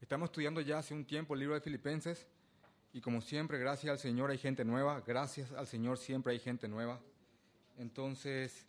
Estamos estudiando ya hace un tiempo el libro de Filipenses y como siempre, gracias al Señor hay gente nueva, gracias al Señor siempre hay gente nueva. Entonces,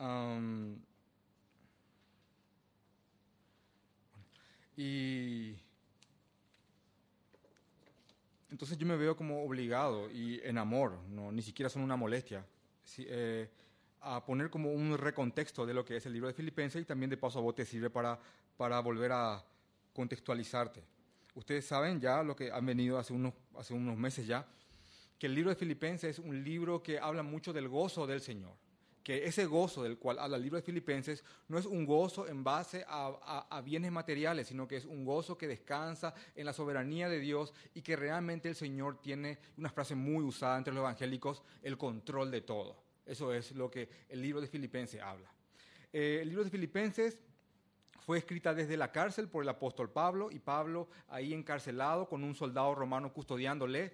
entonces yo me veo como obligado y en amor, no, ni siquiera son una molestia, a poner como un recontexto de lo que es el libro de Filipenses y también de paso a vos te sirve para volver a contextualizarte. Ustedes saben ya lo que han venido hace unos meses ya, que el libro de Filipenses es un libro que habla mucho del gozo del Señor. Que ese gozo del cual habla el libro de Filipenses no es un gozo en base a bienes materiales, sino que es un gozo que descansa en la soberanía de Dios y que realmente el Señor tiene, una frase muy usada entre los evangélicos, el control de todo. Eso es lo que el libro de Filipenses habla. El libro de Filipenses fue escrita desde la cárcel por el apóstol Pablo, y Pablo ahí encarcelado con un soldado romano custodiándole.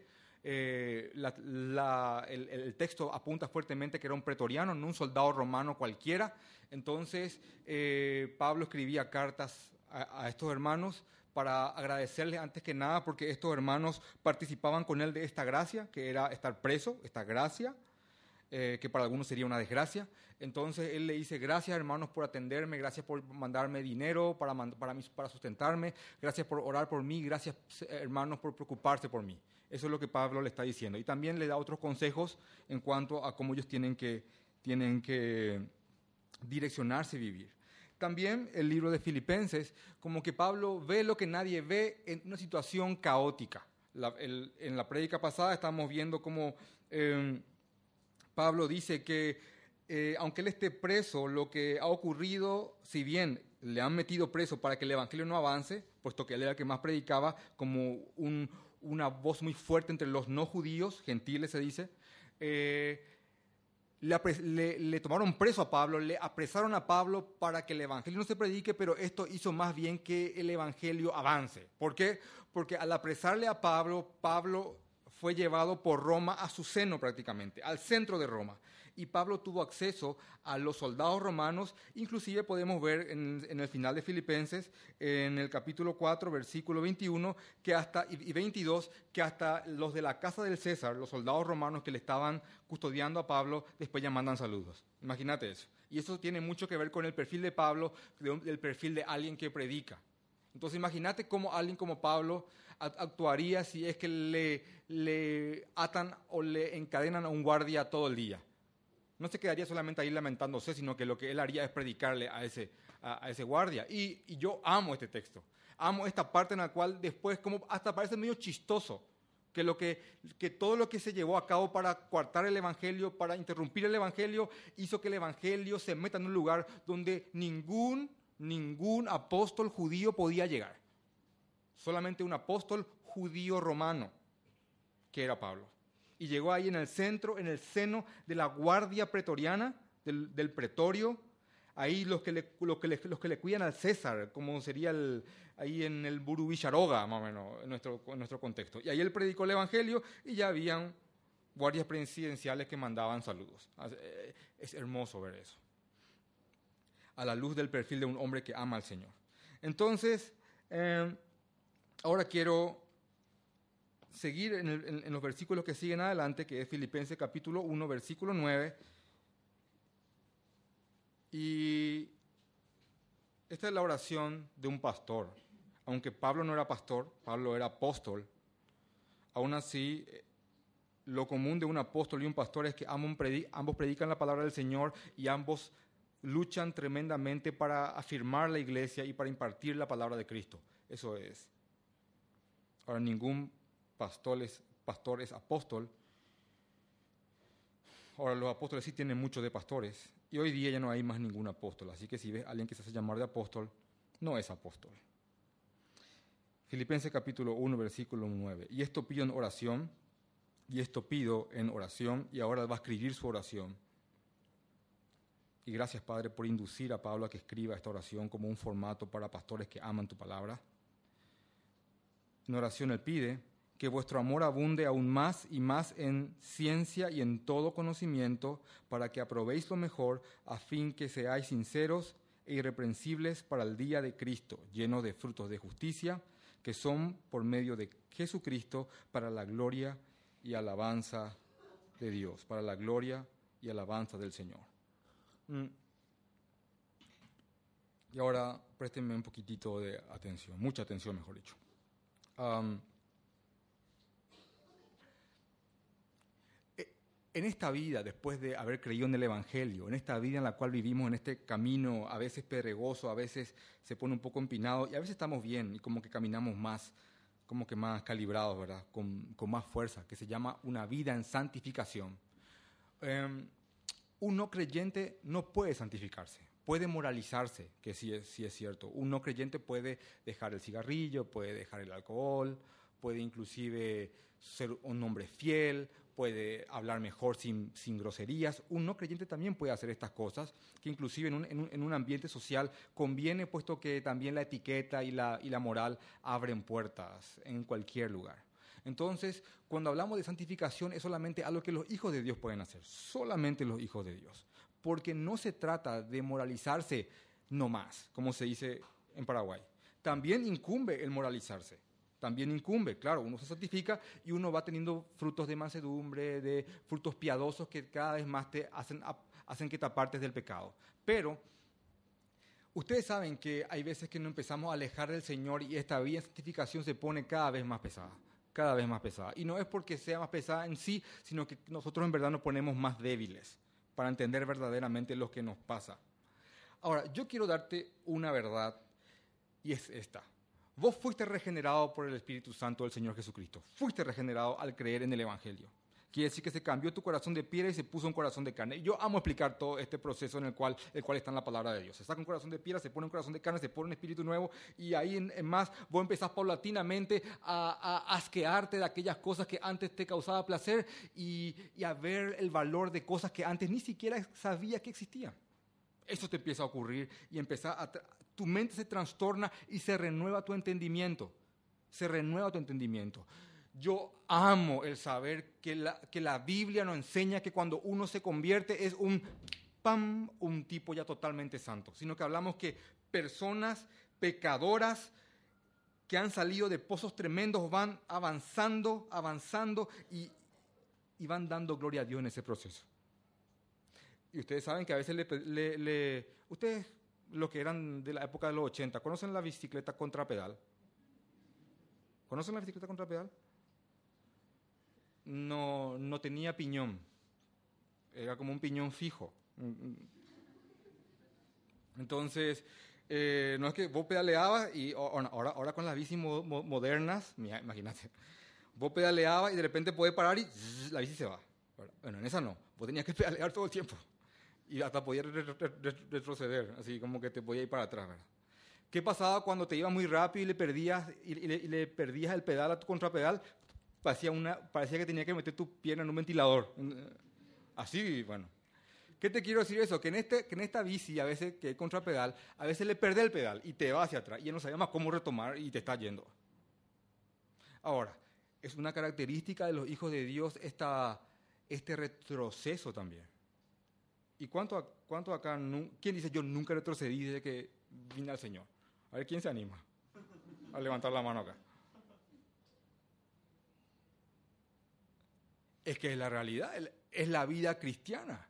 El texto apunta fuertemente que era un pretoriano, no un soldado romano cualquiera. Entonces Pablo escribía cartas a estos hermanos para agradecerles antes que nada porque estos hermanos participaban con él de esta gracia, que era estar preso, esta gracia. Que para algunos sería una desgracia. Entonces él le dice, gracias hermanos por atenderme, gracias por mandarme dinero para sustentarme, gracias por orar por mí, gracias hermanos por preocuparse por mí. Eso es lo que Pablo le está diciendo. Y también le da otros consejos en cuanto a cómo ellos tienen que direccionarse y vivir. También el libro de Filipenses, como que Pablo ve lo que nadie ve en una situación caótica. En la prédica pasada estamos viendo cómo Pablo dice que aunque él esté preso, lo que ha ocurrido, si bien le han metido preso para que el evangelio no avance, puesto que él era el que más predicaba, como una voz muy fuerte entre los no judíos, gentiles se dice, le tomaron preso a Pablo, le apresaron a Pablo para que el evangelio no se predique, pero esto hizo más bien que el evangelio avance. ¿Por qué? Porque al apresarle a Pablo, Pablo fue llevado por Roma a su seno prácticamente, al centro de Roma. Y Pablo tuvo acceso a los soldados romanos, inclusive podemos ver en el final de Filipenses, en el capítulo 4, versículo 21 y 22, que hasta los de la casa del César, los soldados romanos que le estaban custodiando a Pablo, después ya mandan saludos. Imagínate eso. Y eso tiene mucho que ver con el perfil de Pablo, el perfil de alguien que predica. Entonces imagínate cómo alguien como Pablo actuaría si es que le atan o le encadenan a un guardia todo el día. No se quedaría solamente ahí lamentándose, sino que lo que él haría es predicarle a ese guardia. Y yo amo este texto. Amo esta parte en la cual después como hasta parece medio chistoso que todo lo que se llevó a cabo para coartar el evangelio, para interrumpir el evangelio, hizo que el evangelio se meta en un lugar donde ningún apóstol judío podía llegar. Solamente un apóstol judío romano, que era Pablo. Y llegó ahí en el centro, en el seno de la guardia pretoriana, del pretorio, ahí los que le cuidan al César, como sería ahí en el Buru Villaroga, más o menos, en nuestro contexto. Y ahí él predicó el evangelio y ya habían guardias presidenciales que mandaban saludos. Es hermoso ver eso, a la luz del perfil de un hombre que ama al Señor. Entonces, ahora quiero seguir en los versículos que siguen adelante, que es Filipenses capítulo 1, versículo 9. Y esta es la oración de un pastor. Aunque Pablo no era pastor, Pablo era apóstol. Aún así, lo común de un apóstol y un pastor es que ambos predican la palabra del Señor y ambos luchan tremendamente para afirmar la iglesia y para impartir la palabra de Cristo. Eso es. Ahora, ningún pastor es apóstol. Ahora, los apóstoles sí tienen mucho de pastores. Y hoy día ya no hay más ningún apóstol. Así que si ves a alguien que se hace llamar de apóstol, no es apóstol. Filipenses capítulo 1, versículo 9. Y esto pido en oración, y ahora va a escribir su oración. Y gracias, Padre, por inducir a Pablo a que escriba esta oración como un formato para pastores que aman tu palabra. En oración él pide que vuestro amor abunde aún más y más en ciencia y en todo conocimiento, para que aprobéis lo mejor, a fin que seáis sinceros e irreprensibles para el día de Cristo, llenos de frutos de justicia, que son por medio de Jesucristo para la gloria y alabanza de Dios, para la gloria y alabanza del Señor. Y ahora préstenme un poquitito de atención, mucha atención mejor dicho. En esta vida, después de haber creído en el Evangelio, en esta vida en la cual vivimos, en este camino a veces pedregoso, a veces se pone un poco empinado y a veces estamos bien y como que caminamos más, como que más calibrados, ¿verdad? Con más fuerza, que se llama una vida en santificación. Un no creyente no puede santificarse, puede moralizarse, que sí es cierto. Un no creyente puede dejar el cigarrillo, puede dejar el alcohol, puede inclusive ser un hombre fiel, puede hablar mejor sin groserías. Un no creyente también puede hacer estas cosas, que inclusive en un ambiente social conviene, puesto que también la etiqueta y la moral abren puertas en cualquier lugar. Entonces, cuando hablamos de santificación, es solamente algo que los hijos de Dios pueden hacer, solamente los hijos de Dios, porque no se trata de moralizarse nomás, como se dice en Paraguay. También incumbe el moralizarse. También incumbe, claro, uno se santifica y uno va teniendo frutos de mansedumbre, de frutos piadosos que cada vez más te hacen que te apartes del pecado. Pero ustedes saben que hay veces que nos empezamos a alejar del Señor y esta vida de santificación se pone cada vez más pesada, cada vez más pesada. Y no es porque sea más pesada en sí, sino que nosotros en verdad nos ponemos más débiles para entender verdaderamente lo que nos pasa. Ahora, yo quiero darte una verdad y es esta. Vos fuiste regenerado por el Espíritu Santo del Señor Jesucristo. Fuiste regenerado al creer en el Evangelio. Quiere decir que se cambió tu corazón de piedra y se puso un corazón de carne. Yo amo explicar todo este proceso en el cual está en la palabra de Dios. Se saca un corazón de piedra, se pone un corazón de carne, se pone un espíritu nuevo y ahí en más vos empezás paulatinamente a asquearte de aquellas cosas que antes te causaba placer y a ver el valor de cosas que antes ni siquiera sabías que existían. Eso te empieza a ocurrir y tu mente se trastorna y se renueva tu entendimiento. Se renueva tu entendimiento. Yo amo el saber que la Biblia nos enseña que cuando uno se convierte es un tipo ya totalmente santo, sino que hablamos que personas pecadoras que han salido de pozos tremendos van avanzando y van dando gloria a Dios en ese proceso. Y ustedes saben que a veces ustedes, los que eran de la época de los 80, ¿conocen la bicicleta contrapedal? ¿Conocen la bicicleta contrapedal? No tenía piñón. Era como un piñón fijo. Entonces, no es que vos pedaleabas y ahora con las bicis modernas, imagínate, vos pedaleabas y de repente podés parar y la bici se va. Bueno, en esa no. Vos tenías que pedalear todo el tiempo. Y hasta podías retroceder, así como que te podías ir para atrás, ¿verdad? ¿Qué pasaba cuando te ibas muy rápido y le perdías el pedal a tu contrapedal? Parecía que tenías que meter tu pierna en un ventilador. Así, bueno. ¿Qué te quiero decir eso? Que en esta bici, a veces que hay contrapedal, a veces le perdés el pedal y te va hacia atrás y ya no sabes más cómo retomar y te está yendo. Ahora, es una característica de los hijos de Dios este retroceso también. ¿Y cuánto acá, quién dice yo nunca retrocedí desde que vine al Señor? A ver, ¿quién se anima a levantar la mano acá? Es que es la realidad, es la vida cristiana.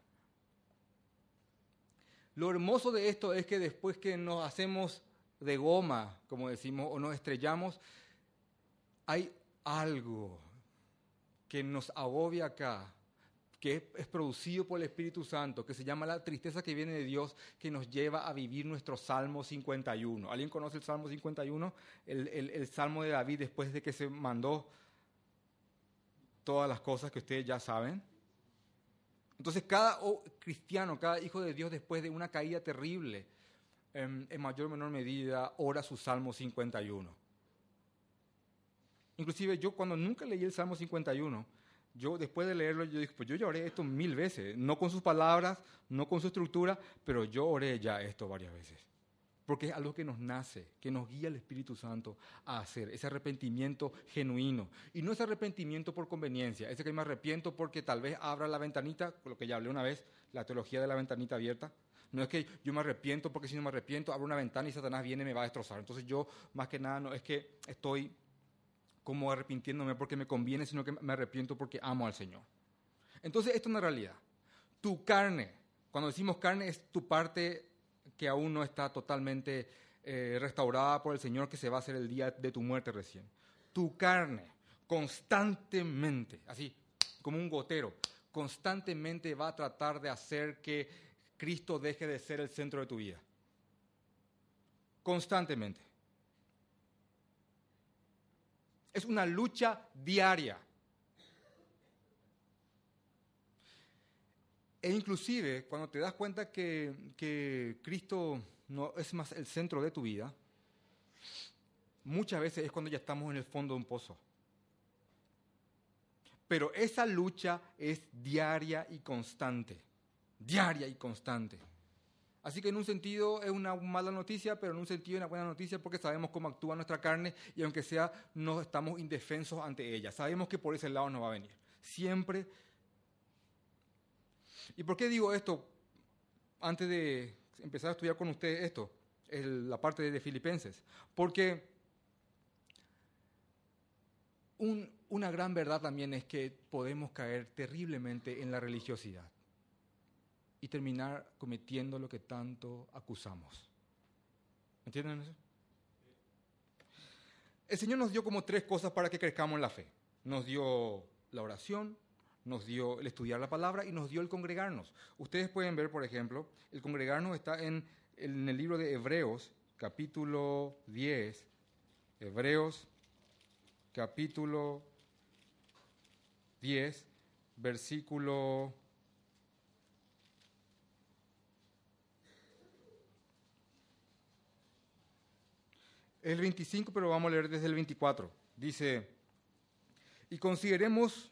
Lo hermoso de esto es que después que nos hacemos de goma, como decimos, o nos estrellamos, hay algo que nos agobia acá, que es producido por el Espíritu Santo, que se llama la tristeza que viene de Dios, que nos lleva a vivir nuestro Salmo 51. ¿Alguien conoce el Salmo 51? El Salmo de David después de que se mandó todas las cosas que ustedes ya saben. Entonces cada cristiano, cada hijo de Dios después de una caída terrible, en mayor o menor medida, ora su Salmo 51. Inclusive yo cuando nunca leí el Salmo 51, yo después de leerlo, yo dije, pues yo ya oré esto 1000 veces, no con sus palabras, no con su estructura, pero yo oré ya esto varias veces. Porque es algo que nos nace, que nos guía el Espíritu Santo a hacer, ese arrepentimiento genuino. Y no ese arrepentimiento por conveniencia, ese que me arrepiento porque tal vez abra la ventanita, con lo que ya hablé una vez, la teología de la ventanita abierta. No es que yo me arrepiento porque si no me arrepiento, abro una ventana y Satanás viene y me va a destrozar. Entonces yo, más que nada, no es que estoy como arrepintiéndome porque me conviene, sino que me arrepiento porque amo al Señor. Entonces esto es una realidad. Tu carne, cuando decimos carne, es tu parte que aún no está totalmente restaurada por el Señor, que se va a hacer el día de tu muerte recién. Tu carne constantemente, así como un gotero, constantemente va a tratar de hacer que Cristo deje de ser el centro de tu vida. Constantemente. Es una lucha diaria. E inclusive, cuando te das cuenta que Cristo no es más el centro de tu vida, muchas veces es cuando ya estamos en el fondo de un pozo. Pero esa lucha es diaria y constante. Diaria y constante. Así que en un sentido es una mala noticia, pero en un sentido es una buena noticia porque sabemos cómo actúa nuestra carne y aunque sea, no estamos indefensos ante ella. Sabemos que por ese lado nos va a venir. Siempre. ¿Y por qué digo esto? Antes de empezar a estudiar con ustedes esto, la parte de Filipenses. Porque una gran verdad también es que podemos caer terriblemente en la religiosidad y terminar cometiendo lo que tanto acusamos. ¿Entienden eso? El Señor nos dio como 3 cosas para que crezcamos en la fe. Nos dio la oración, nos dio el estudiar la palabra y nos dio el congregarnos. Ustedes pueden ver, por ejemplo, el congregarnos está en el libro de Hebreos, capítulo 10. Hebreos, capítulo 10, versículo... El 25, pero vamos a leer desde el 24. Dice, y considerémonos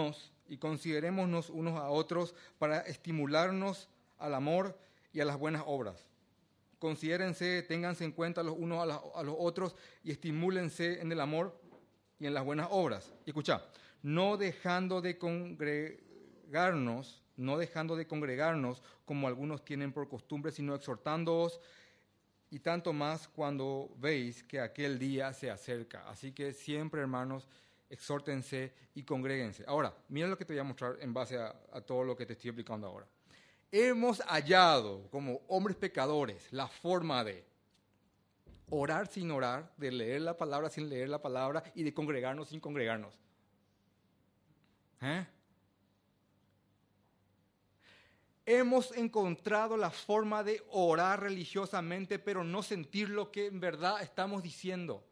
unos a otros para estimularnos al amor y a las buenas obras. Considérense, ténganse en cuenta los unos a los otros y estimúlense en el amor y en las buenas obras. Y escucha, no dejando de congregarnos como algunos tienen por costumbre, sino exhortándoos, y tanto más cuando veis que aquel día se acerca. Así que siempre, hermanos, exhórtense y congréguense. Ahora, mira lo que te voy a mostrar en base a todo lo que te estoy explicando ahora. Hemos hallado, como hombres pecadores, la forma de orar sin orar, de leer la palabra sin leer la palabra y de congregarnos sin congregarnos. Hemos encontrado la forma de orar religiosamente, pero no sentir lo que en verdad estamos diciendo.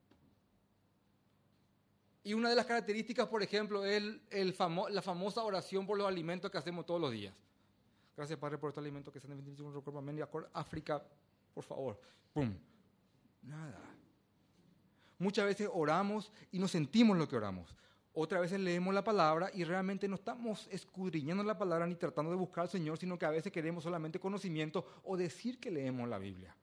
Y una de las características, por ejemplo, es la famosa oración por los alimentos que hacemos todos los días. Gracias, Padre, por estos alimentos que se han bendecido en nuestro cuerpo. Amén. África, por favor. ¡Pum! Nada. Muchas veces oramos y no sentimos lo que oramos. Otras veces leemos la palabra y realmente no estamos escudriñando la palabra ni tratando de buscar al Señor, sino que a veces queremos solamente conocimiento o decir que leemos la Biblia.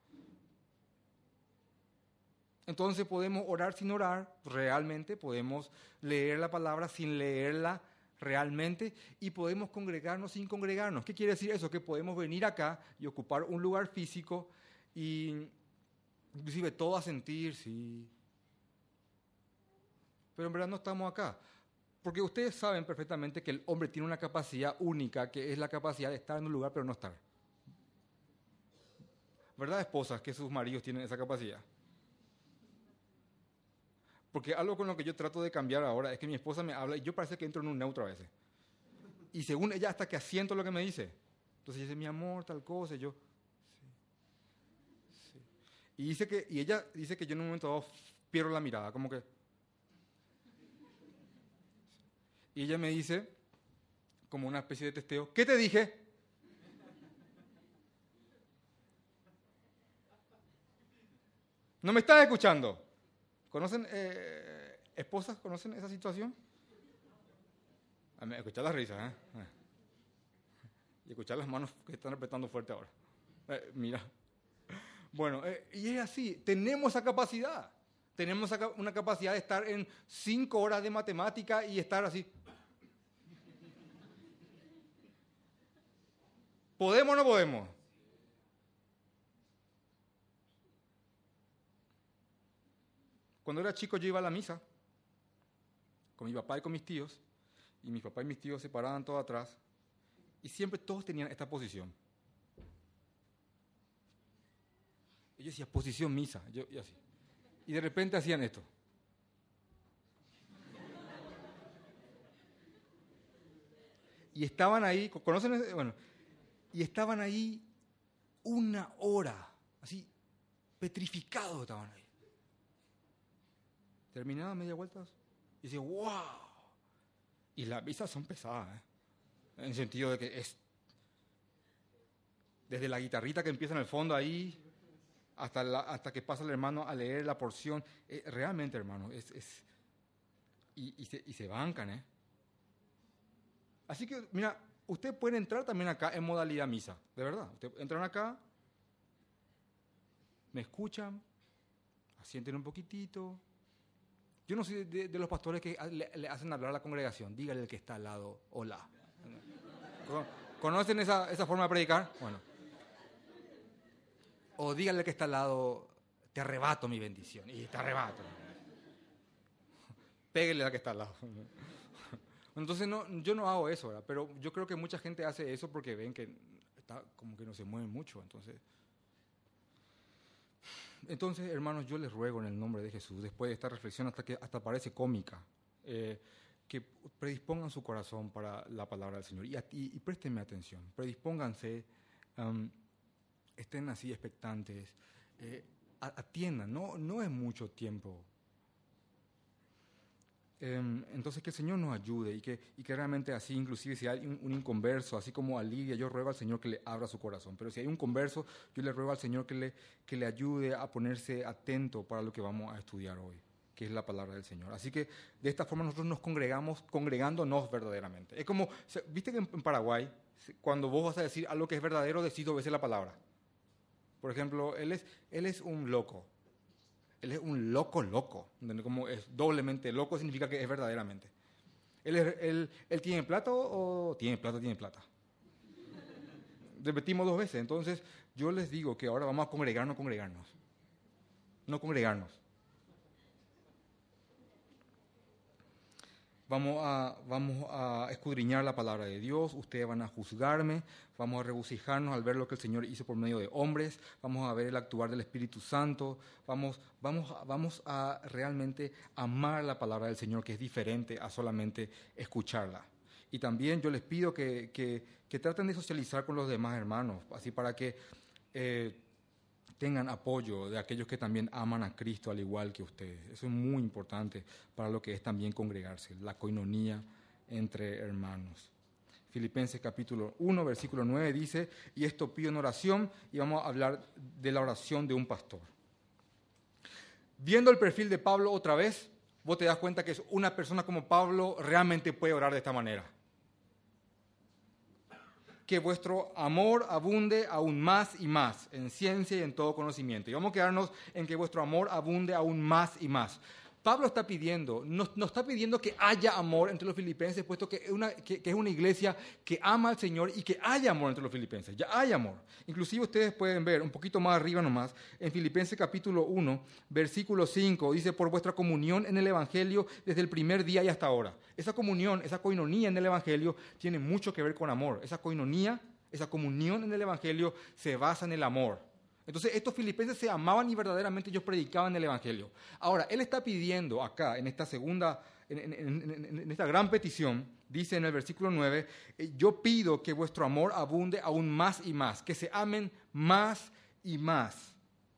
Entonces podemos orar sin orar, realmente, podemos leer la palabra sin leerla realmente y podemos congregarnos sin congregarnos. ¿Qué quiere decir eso? Que podemos venir acá y ocupar un lugar físico y inclusive todo a sentir, sí. Pero en verdad no estamos acá. Porque ustedes saben perfectamente que el hombre tiene una capacidad única, que es la capacidad de estar en un lugar pero no estar. ¿Verdad, esposas, que sus maridos tienen esa capacidad? Porque algo con lo que yo trato de cambiar ahora es que mi esposa me habla y yo parece que entro en un neutro a veces. Y según ella hasta que asiento lo que me dice. Entonces dice, mi amor, tal cosa, y yo, sí. Y ella dice que yo en un momento dado pierdo la mirada, como que... Y ella me dice, como una especie de testeo, ¿qué te dije? ¿No me estás escuchando? ¿Conocen, esposas, conocen esa situación? Escuchar las risas, ¿eh? Y escuchar las manos que están apretando fuerte ahora. Mira. Bueno, y es así, tenemos esa capacidad. Tenemos una capacidad de estar en 5 horas de matemática y estar así. ¿Podemos o no podemos? Cuando era chico yo iba a la misa con mi papá y con mis tíos, y mi papá y mis tíos se paraban todos atrás, y siempre todos tenían esta posición. Y yo decía, posición misa, y así. Y de repente hacían esto. Y estaban ahí, ¿conocen? Bueno, y estaban ahí 1 hora, así, petrificados estaban ahí. Terminaba media vuelta y decía, ¡wow! Y las misas son pesadas, en el sentido de que es desde la guitarrita que empieza en el fondo ahí hasta que pasa el hermano a leer la porción. Realmente, hermano, y se bancan, Así que, mira, usted puede entrar también acá en modalidad misa, de verdad. Ustedes entran acá, me escuchan, asienten un poquitito. Yo no soy de los pastores que le hacen hablar a la congregación. Dígale al que está al lado, hola. ¿Conocen esa forma de predicar? Bueno. O dígale al que está al lado, te arrebato mi bendición. Y te arrebato. Péguele al que está al lado. Entonces yo no hago eso, ¿verdad? Pero yo creo que mucha gente hace eso porque ven que está como que no se mueven mucho. Entonces, hermanos, yo les ruego en el nombre de Jesús, después de esta reflexión hasta parece cómica, que predispongan su corazón para la palabra del Señor y préstenme atención, predispónganse, estén así expectantes, atiendan, no es mucho tiempo. Entonces que el Señor nos ayude y que realmente así, inclusive si hay un inconverso, así como a Lidia, yo ruego al Señor que le abra su corazón, pero si hay un converso, yo le ruego al Señor que le ayude a ponerse atento para lo que vamos a estudiar hoy, que es la palabra del Señor. Así que de esta forma nosotros nos congregamos, congregándonos verdaderamente. Es como, viste que en Paraguay, cuando vos vas a decir algo que es verdadero, decís 2 veces la palabra. Por ejemplo, él es un loco. Él es un loco. Como es doblemente loco, significa que es verdaderamente. ¿Él tiene plata o tiene plata? Repetimos 2 veces. Entonces, yo les digo que ahora vamos a congregarnos. No congregarnos. Vamos a escudriñar la palabra de Dios, ustedes van a juzgarme, vamos a regocijarnos al ver lo que el Señor hizo por medio de hombres, vamos a ver el actuar del Espíritu Santo, vamos a realmente amar la palabra del Señor, que es diferente a solamente escucharla. Y también yo les pido que traten de socializar con los demás hermanos, así para que tengan apoyo de aquellos que también aman a Cristo al igual que ustedes. Eso es muy importante para lo que es también congregarse, la coinonía entre hermanos. Filipenses capítulo 1, versículo 9 dice, y esto pido en oración, y vamos a hablar de la oración de un pastor. Viendo el perfil de Pablo otra vez, vos te das cuenta que es una persona como Pablo realmente puede orar de esta manera. Que vuestro amor abunde aún más y más en ciencia y en todo conocimiento. Y vamos a quedarnos en que vuestro amor abunde aún más y más. Pablo está pidiendo, no está pidiendo que haya amor entre los filipenses, puesto que es una iglesia que ama al Señor y que haya amor entre los filipenses. Ya hay amor. Inclusive ustedes pueden ver un poquito más arriba nomás, en Filipenses capítulo 1, versículo 5, dice, por vuestra comunión en el Evangelio desde el primer día y hasta ahora. Esa comunión, esa coinonía en el Evangelio tiene mucho que ver con amor. Esa coinonía, esa comunión en el Evangelio se basa en el amor. Entonces estos filipenses se amaban y verdaderamente ellos predicaban el Evangelio. Ahora, él está pidiendo acá, en esta segunda, en esta gran petición, dice en el versículo 9, yo pido que vuestro amor abunde aún más y más, que se amen más y más.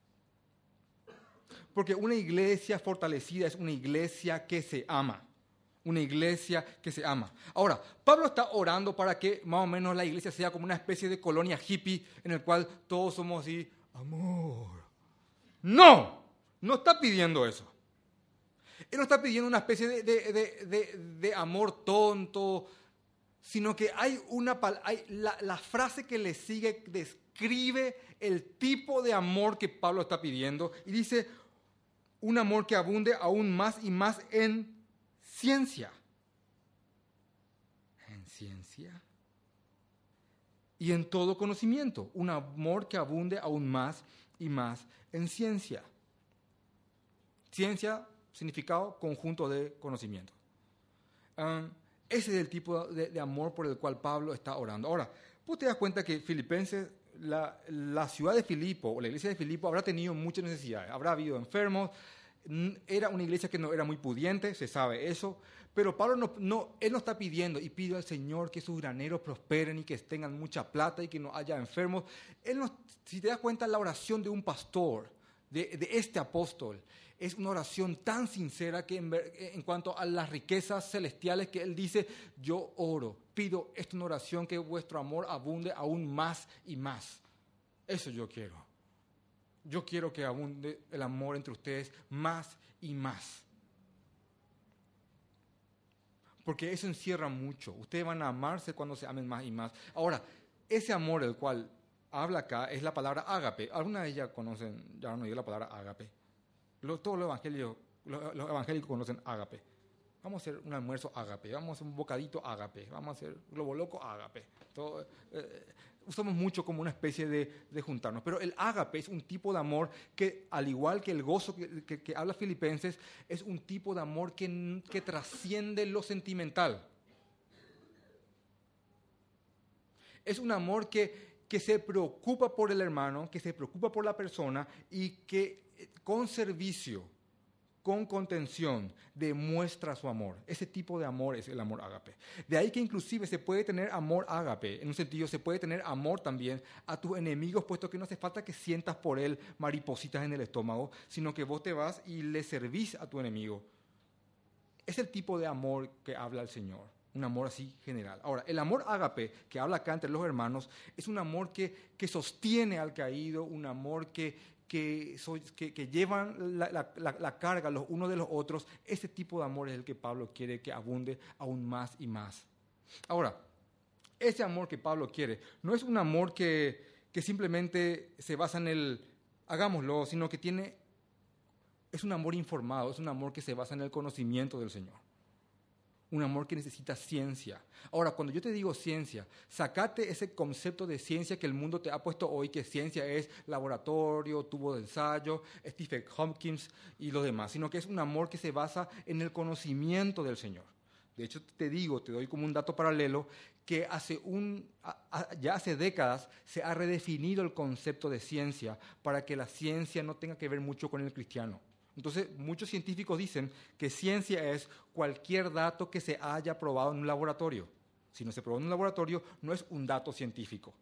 Porque una iglesia fortalecida es una iglesia que se ama. Una iglesia que se ama. Ahora, Pablo está orando para que más o menos la iglesia sea como una especie de colonia hippie en el cual todos somos así, amor. No está pidiendo eso. Él no está pidiendo una especie de amor tonto, sino que hay la frase que le sigue describe el tipo de amor que Pablo está pidiendo y dice, un amor que abunde aún más y más en ciencia. En ciencia. Y en todo conocimiento, un amor que abunde aún más y más en ciencia. Ciencia significado, conjunto de conocimiento. Ese es el tipo de amor por el cual Pablo está orando. Ahora, vos te das cuenta que Filipenses, la ciudad de Filipo, o la iglesia de Filipo, habrá tenido muchas necesidades. Habrá habido enfermos, era una iglesia que no era muy pudiente, se sabe eso, pero Pablo él no está pidiendo y pide al Señor que sus graneros prosperen y que tengan mucha plata y que no haya enfermos. Si te das cuenta, la oración de un pastor, de este apóstol, es una oración tan sincera que en cuanto a las riquezas celestiales que él dice, yo oro, pido esta una oración que vuestro amor abunde aún más y más. Eso yo quiero. Yo quiero que abunde el amor entre ustedes más y más. Porque eso encierra mucho. Ustedes van a amarse cuando se amen más y más. Ahora, ese amor del cual habla acá es la palabra ágape. Algunas de ellas conocen, ya han oído la palabra ágape. Todos los evangélicos conocen ágape. Vamos a hacer un almuerzo ágape, vamos a hacer un bocadito ágape, vamos a hacer globo loco ágape. Usamos mucho como una especie de juntarnos. Pero el ágape es un tipo de amor que, al igual que el gozo que habla Filipenses, es un tipo de amor que trasciende lo sentimental. Es un amor que se preocupa por el hermano, que se preocupa por la persona y que con servicio, con contención, demuestra su amor. Ese tipo de amor es el amor ágape. De ahí que inclusive se puede tener amor ágape, en un sentido se puede tener amor también a tus enemigos, puesto que no hace falta que sientas por él maripositas en el estómago, sino que vos te vas y le servís a tu enemigo. Es el tipo de amor que habla el Señor. Un amor así general. Ahora, el amor ágape que habla acá entre los hermanos es un amor que sostiene al caído, un amor que llevan la carga los unos de los otros. Ese tipo de amor es el que Pablo quiere que abunde aún más y más. Ahora, ese amor que Pablo quiere no es un amor que simplemente se basa en el hagámoslo, sino que es un amor informado, es un amor que se basa en el conocimiento del Señor. Un amor que necesita ciencia. Ahora, cuando yo te digo ciencia, sacate ese concepto de ciencia que el mundo te ha puesto hoy, que ciencia es laboratorio, tubo de ensayo, Stephen Hawking y lo demás, sino que es un amor que se basa en el conocimiento del Señor. De hecho, te doy como un dato paralelo, que ya hace décadas se ha redefinido el concepto de ciencia para que la ciencia no tenga que ver mucho con el cristiano. Entonces, muchos científicos dicen que ciencia es cualquier dato que se haya probado en un laboratorio. Si no se probó en un laboratorio, no es un dato científico.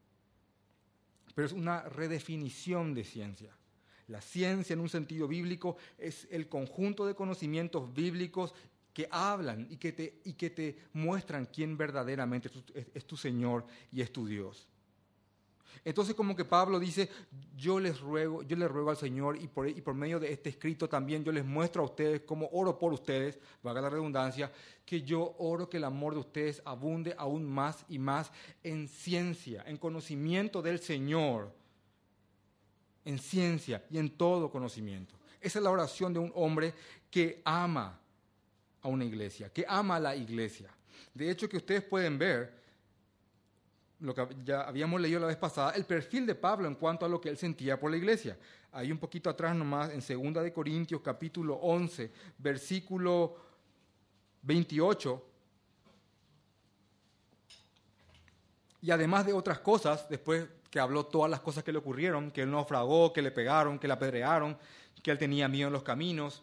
Pero es una redefinición de ciencia. La ciencia, en un sentido bíblico, es el conjunto de conocimientos bíblicos que hablan y que te muestran quién verdaderamente es tu Señor y es tu Dios. Entonces, como que Pablo dice, yo le ruego al Señor y por medio de este escrito también yo les muestro a ustedes cómo oro por ustedes, valga la redundancia, que yo oro que el amor de ustedes abunde aún más y más en ciencia, en conocimiento del Señor, en ciencia y en todo conocimiento. Esa es la oración de un hombre que ama a una iglesia, que ama a la iglesia. De hecho, que ustedes pueden ver, lo que ya habíamos leído la vez pasada, el perfil de Pablo en cuanto a lo que él sentía por la iglesia. Ahí un poquito atrás nomás, en 2 de Corintios, capítulo 11, versículo 28. Y además de otras cosas, después que habló todas las cosas que le ocurrieron, que él naufragó, que le pegaron, que le apedrearon, que él tenía miedo en los caminos,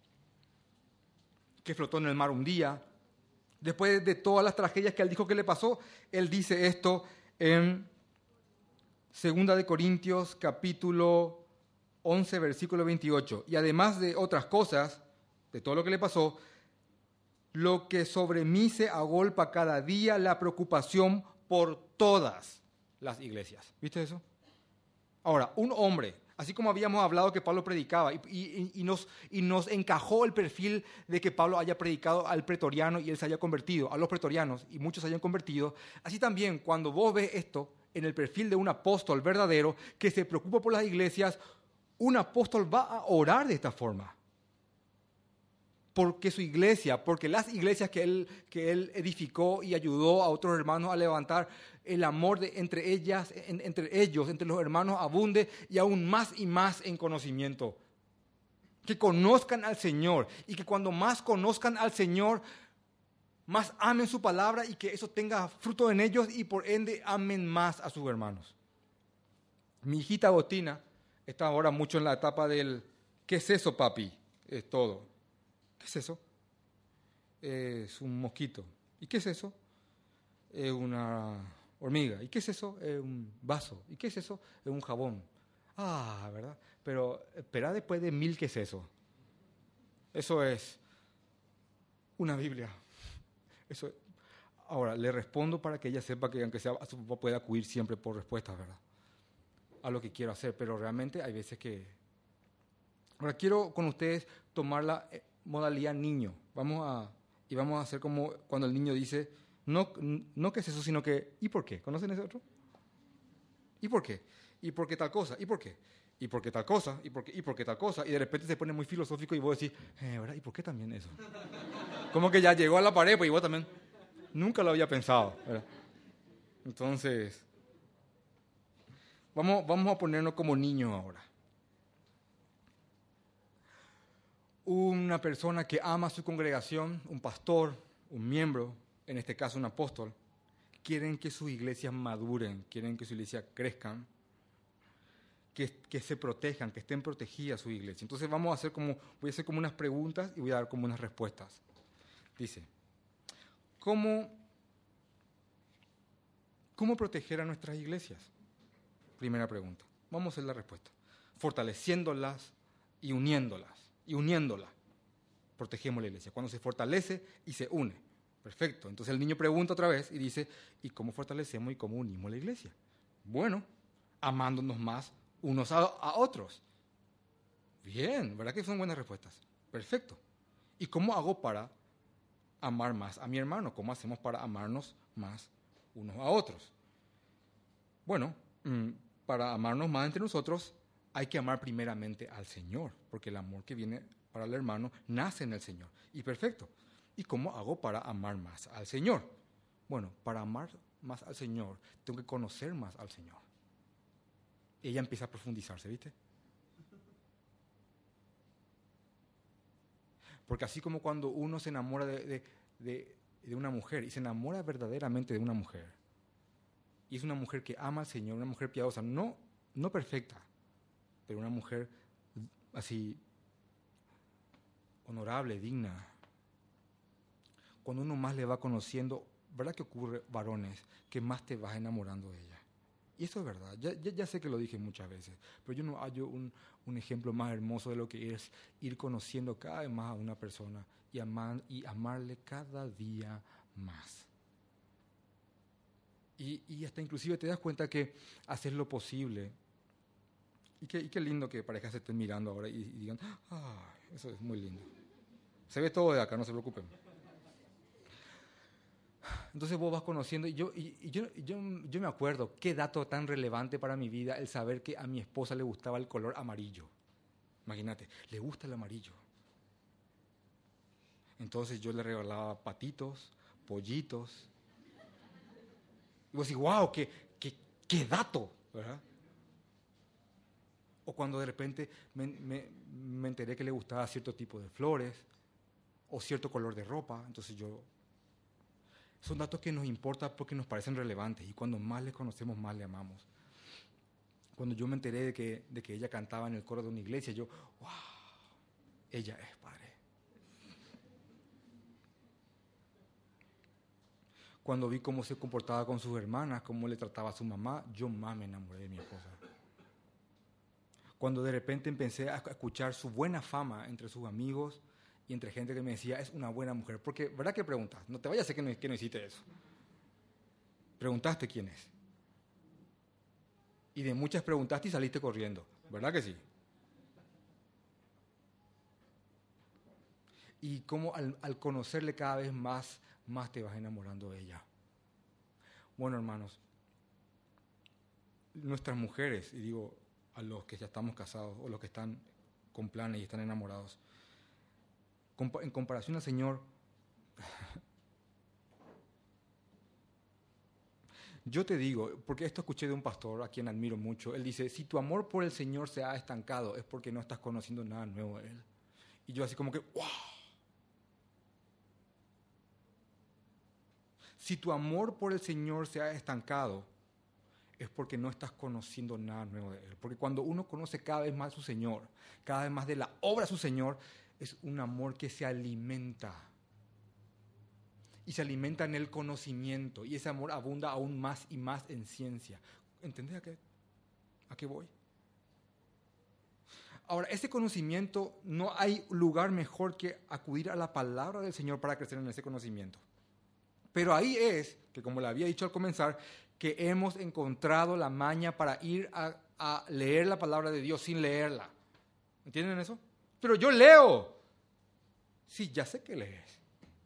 que flotó en el mar un día. Después de todas las tragedias que él dijo que le pasó, él dice esto en 2 de Corintios, capítulo 11, versículo 28. Y además de otras cosas, de todo lo que le pasó, lo que sobre mí se agolpa cada día, la preocupación por todas las iglesias. ¿Viste eso? Ahora, un hombre, así como habíamos hablado que Pablo predicaba y nos encajó el perfil de que Pablo haya predicado al pretoriano y él se haya convertido, a los pretorianos y muchos se hayan convertido, así también cuando vos ves esto en el perfil de un apóstol verdadero que se preocupa por las iglesias, un apóstol va a orar de esta forma. Porque su iglesia, porque las iglesias que él edificó y ayudó a otros hermanos a levantar, el amor entre ellos, entre los hermanos, abunde y aún más y más en conocimiento. que conozcan al Señor y que cuando más conozcan al Señor, más amen su palabra y que eso tenga fruto en ellos y por ende amen más a sus hermanos. Mi hijita Agostina está ahora mucho en la etapa del ¿qué es eso, papi? Es todo. ¿Qué es eso? Es un mosquito. ¿Y qué es eso? Es una hormiga. ¿Y qué es eso? Es un vaso. ¿Y qué es eso? Es un jabón. Ah, ¿verdad? Pero espera después de 1000, ¿qué es eso? Eso es una Biblia. Eso. Ahora, le respondo para que ella sepa que aunque sea a su papá puede acudir siempre por respuestas, ¿verdad? A lo que quiero hacer, pero realmente hay veces que... Ahora quiero con ustedes tomar la modalidad niño. Vamos a hacer como cuando el niño dice, no qué es eso, sino que, ¿y por qué? ¿Conocen ese otro? ¿Y por qué? ¿Y por qué tal cosa? ¿Y por qué? ¿Y por qué tal cosa? ¿Y por qué tal cosa? Y de repente se pone muy filosófico y vos decís, ¿verdad? ¿Y por qué también eso? Como que ya llegó a la pared, pues y vos también nunca lo había pensado, ¿verdad? Entonces, vamos a ponernos como niños ahora. Una persona que ama a su congregación, un pastor, un miembro, en este caso un apóstol, quieren que sus iglesias maduren, quieren que sus iglesias crezcan, que se protejan, que estén protegidas sus iglesias. Entonces voy a hacer como unas preguntas y voy a dar como unas respuestas. Dice, ¿cómo proteger a nuestras iglesias? Primera pregunta. Vamos a hacer la respuesta. Fortaleciéndolas y uniéndolas. Protegemos la iglesia. Cuando se fortalece y se une. Perfecto. Entonces el niño pregunta otra vez y dice, ¿y cómo fortalecemos y cómo unimos la iglesia? Bueno, amándonos más unos a otros. Bien, ¿verdad que son buenas respuestas? Perfecto. ¿Y cómo hago para amar más a mi hermano? ¿Cómo hacemos para amarnos más unos a otros? Bueno, para amarnos más entre nosotros hay que amar primeramente al Señor, porque el amor que viene para el hermano nace en el Señor. Y perfecto. ¿Y cómo hago para amar más al Señor? Bueno, para amar más al Señor, tengo que conocer más al Señor. Ella empieza a profundizarse, ¿viste? Porque así como cuando uno se enamora de una mujer, y se enamora verdaderamente de una mujer, y es una mujer que ama al Señor, una mujer piadosa, no perfecta, pero una mujer así honorable, digna. Cuando uno más le va conociendo, ¿verdad que ocurre, varones, que más te vas enamorando de ella? Y eso es verdad, ya sé que lo dije muchas veces, pero yo no hallo un ejemplo más hermoso de lo que es ir conociendo cada vez más a una persona y amarle cada día más. Y hasta inclusive te das cuenta que haces lo posible. Y qué lindo que parejas se estén mirando ahora y digan, eso es muy lindo. Se ve todo de acá, no se preocupen. Entonces vos vas conociendo, y yo me acuerdo qué dato tan relevante para mi vida el saber que a mi esposa le gustaba el color amarillo. Imagínate, le gusta el amarillo. Entonces yo le regalaba patitos, pollitos. Y vos decís, wow, qué dato, ¿verdad? O cuando de repente me enteré que le gustaba cierto tipo de flores o cierto color de ropa, entonces son datos que nos importan porque nos parecen relevantes y cuando más le conocemos, más le amamos. Cuando yo me enteré de que ella cantaba en el coro de una iglesia, yo, wow, ella es padre. Cuando vi cómo se comportaba con sus hermanas, cómo le trataba a su mamá, yo más me enamoré de mi esposa. Cuando de repente empecé a escuchar su buena fama entre sus amigos y entre gente que me decía, es una buena mujer. Porque, ¿verdad que preguntas? No te vayas a hacer que no hiciste eso. Preguntaste quién es. Y de muchas preguntaste y saliste corriendo. ¿Verdad que sí? Y cómo al conocerle cada vez más te vas enamorando de ella. Bueno, hermanos, nuestras mujeres, y digo a los que ya estamos casados o los que están con planes y están enamorados, en comparación al Señor, yo te digo, porque esto escuché de un pastor a quien admiro mucho, él dice, si tu amor por el Señor se ha estancado es porque no estás conociendo nada nuevo de Él. Y yo así como que, ¡wow! Si tu amor por el Señor se ha estancado, es porque no estás conociendo nada nuevo de Él. Porque cuando uno conoce cada vez más a su Señor, cada vez más de la obra de su Señor, es un amor que se alimenta. Y se alimenta en el conocimiento. Y ese amor abunda aún más y más en ciencia. ¿Entendés a qué voy? Ahora, ese conocimiento, no hay lugar mejor que acudir a la palabra del Señor para crecer en ese conocimiento. Pero ahí es, que como le había dicho al comenzar, que hemos encontrado la maña para ir a leer la palabra de Dios sin leerla. ¿Entienden eso? Pero yo leo. Sí, ya sé que lees.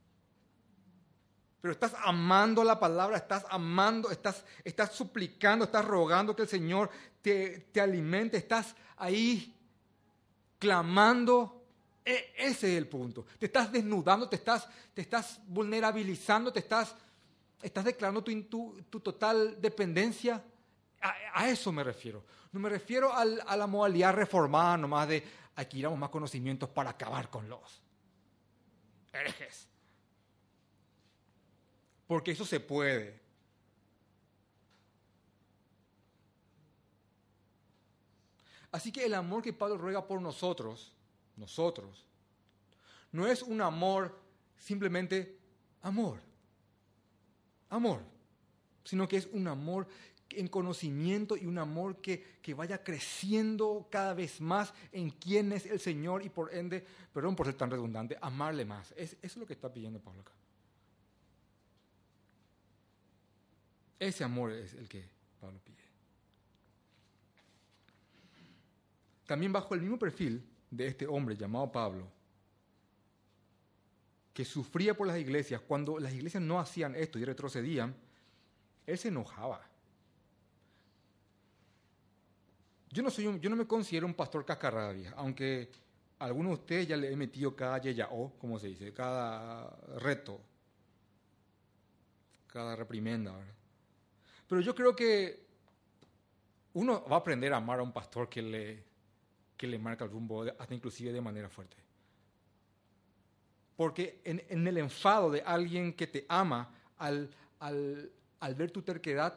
Pero estás amando la palabra, estás amando, estás suplicando, estás rogando que el Señor te alimente, estás ahí clamando. Ese es el punto. Te estás desnudando, te estás vulnerabilizando, estás declarando tu total dependencia. A eso me refiero. No me refiero a la modalidad reformada nomás de adquiramos más conocimientos para acabar con los herejes. Porque eso se puede. Así que el amor que Pablo ruega por nosotros, no es un amor simplemente amor, sino que es un amor en conocimiento y un amor que vaya creciendo cada vez más en quién es el Señor y por ende, perdón por ser tan redundante, amarle más. Eso es lo que está pidiendo Pablo acá. Ese amor es el que Pablo pide. También bajo el mismo perfil de este hombre llamado Pablo, que sufría por las iglesias, cuando las iglesias no hacían esto y retrocedían, él se enojaba. Yo no me considero un pastor cascarrabias, aunque a algunos de ustedes ya le he metido cada yeyao, como se dice, cada reto, cada reprimenda, ¿verdad? Pero yo creo que uno va a aprender a amar a un pastor que le marca el rumbo, hasta inclusive de manera fuerte. Porque en el enfado de alguien que te ama, al ver tu terquedad,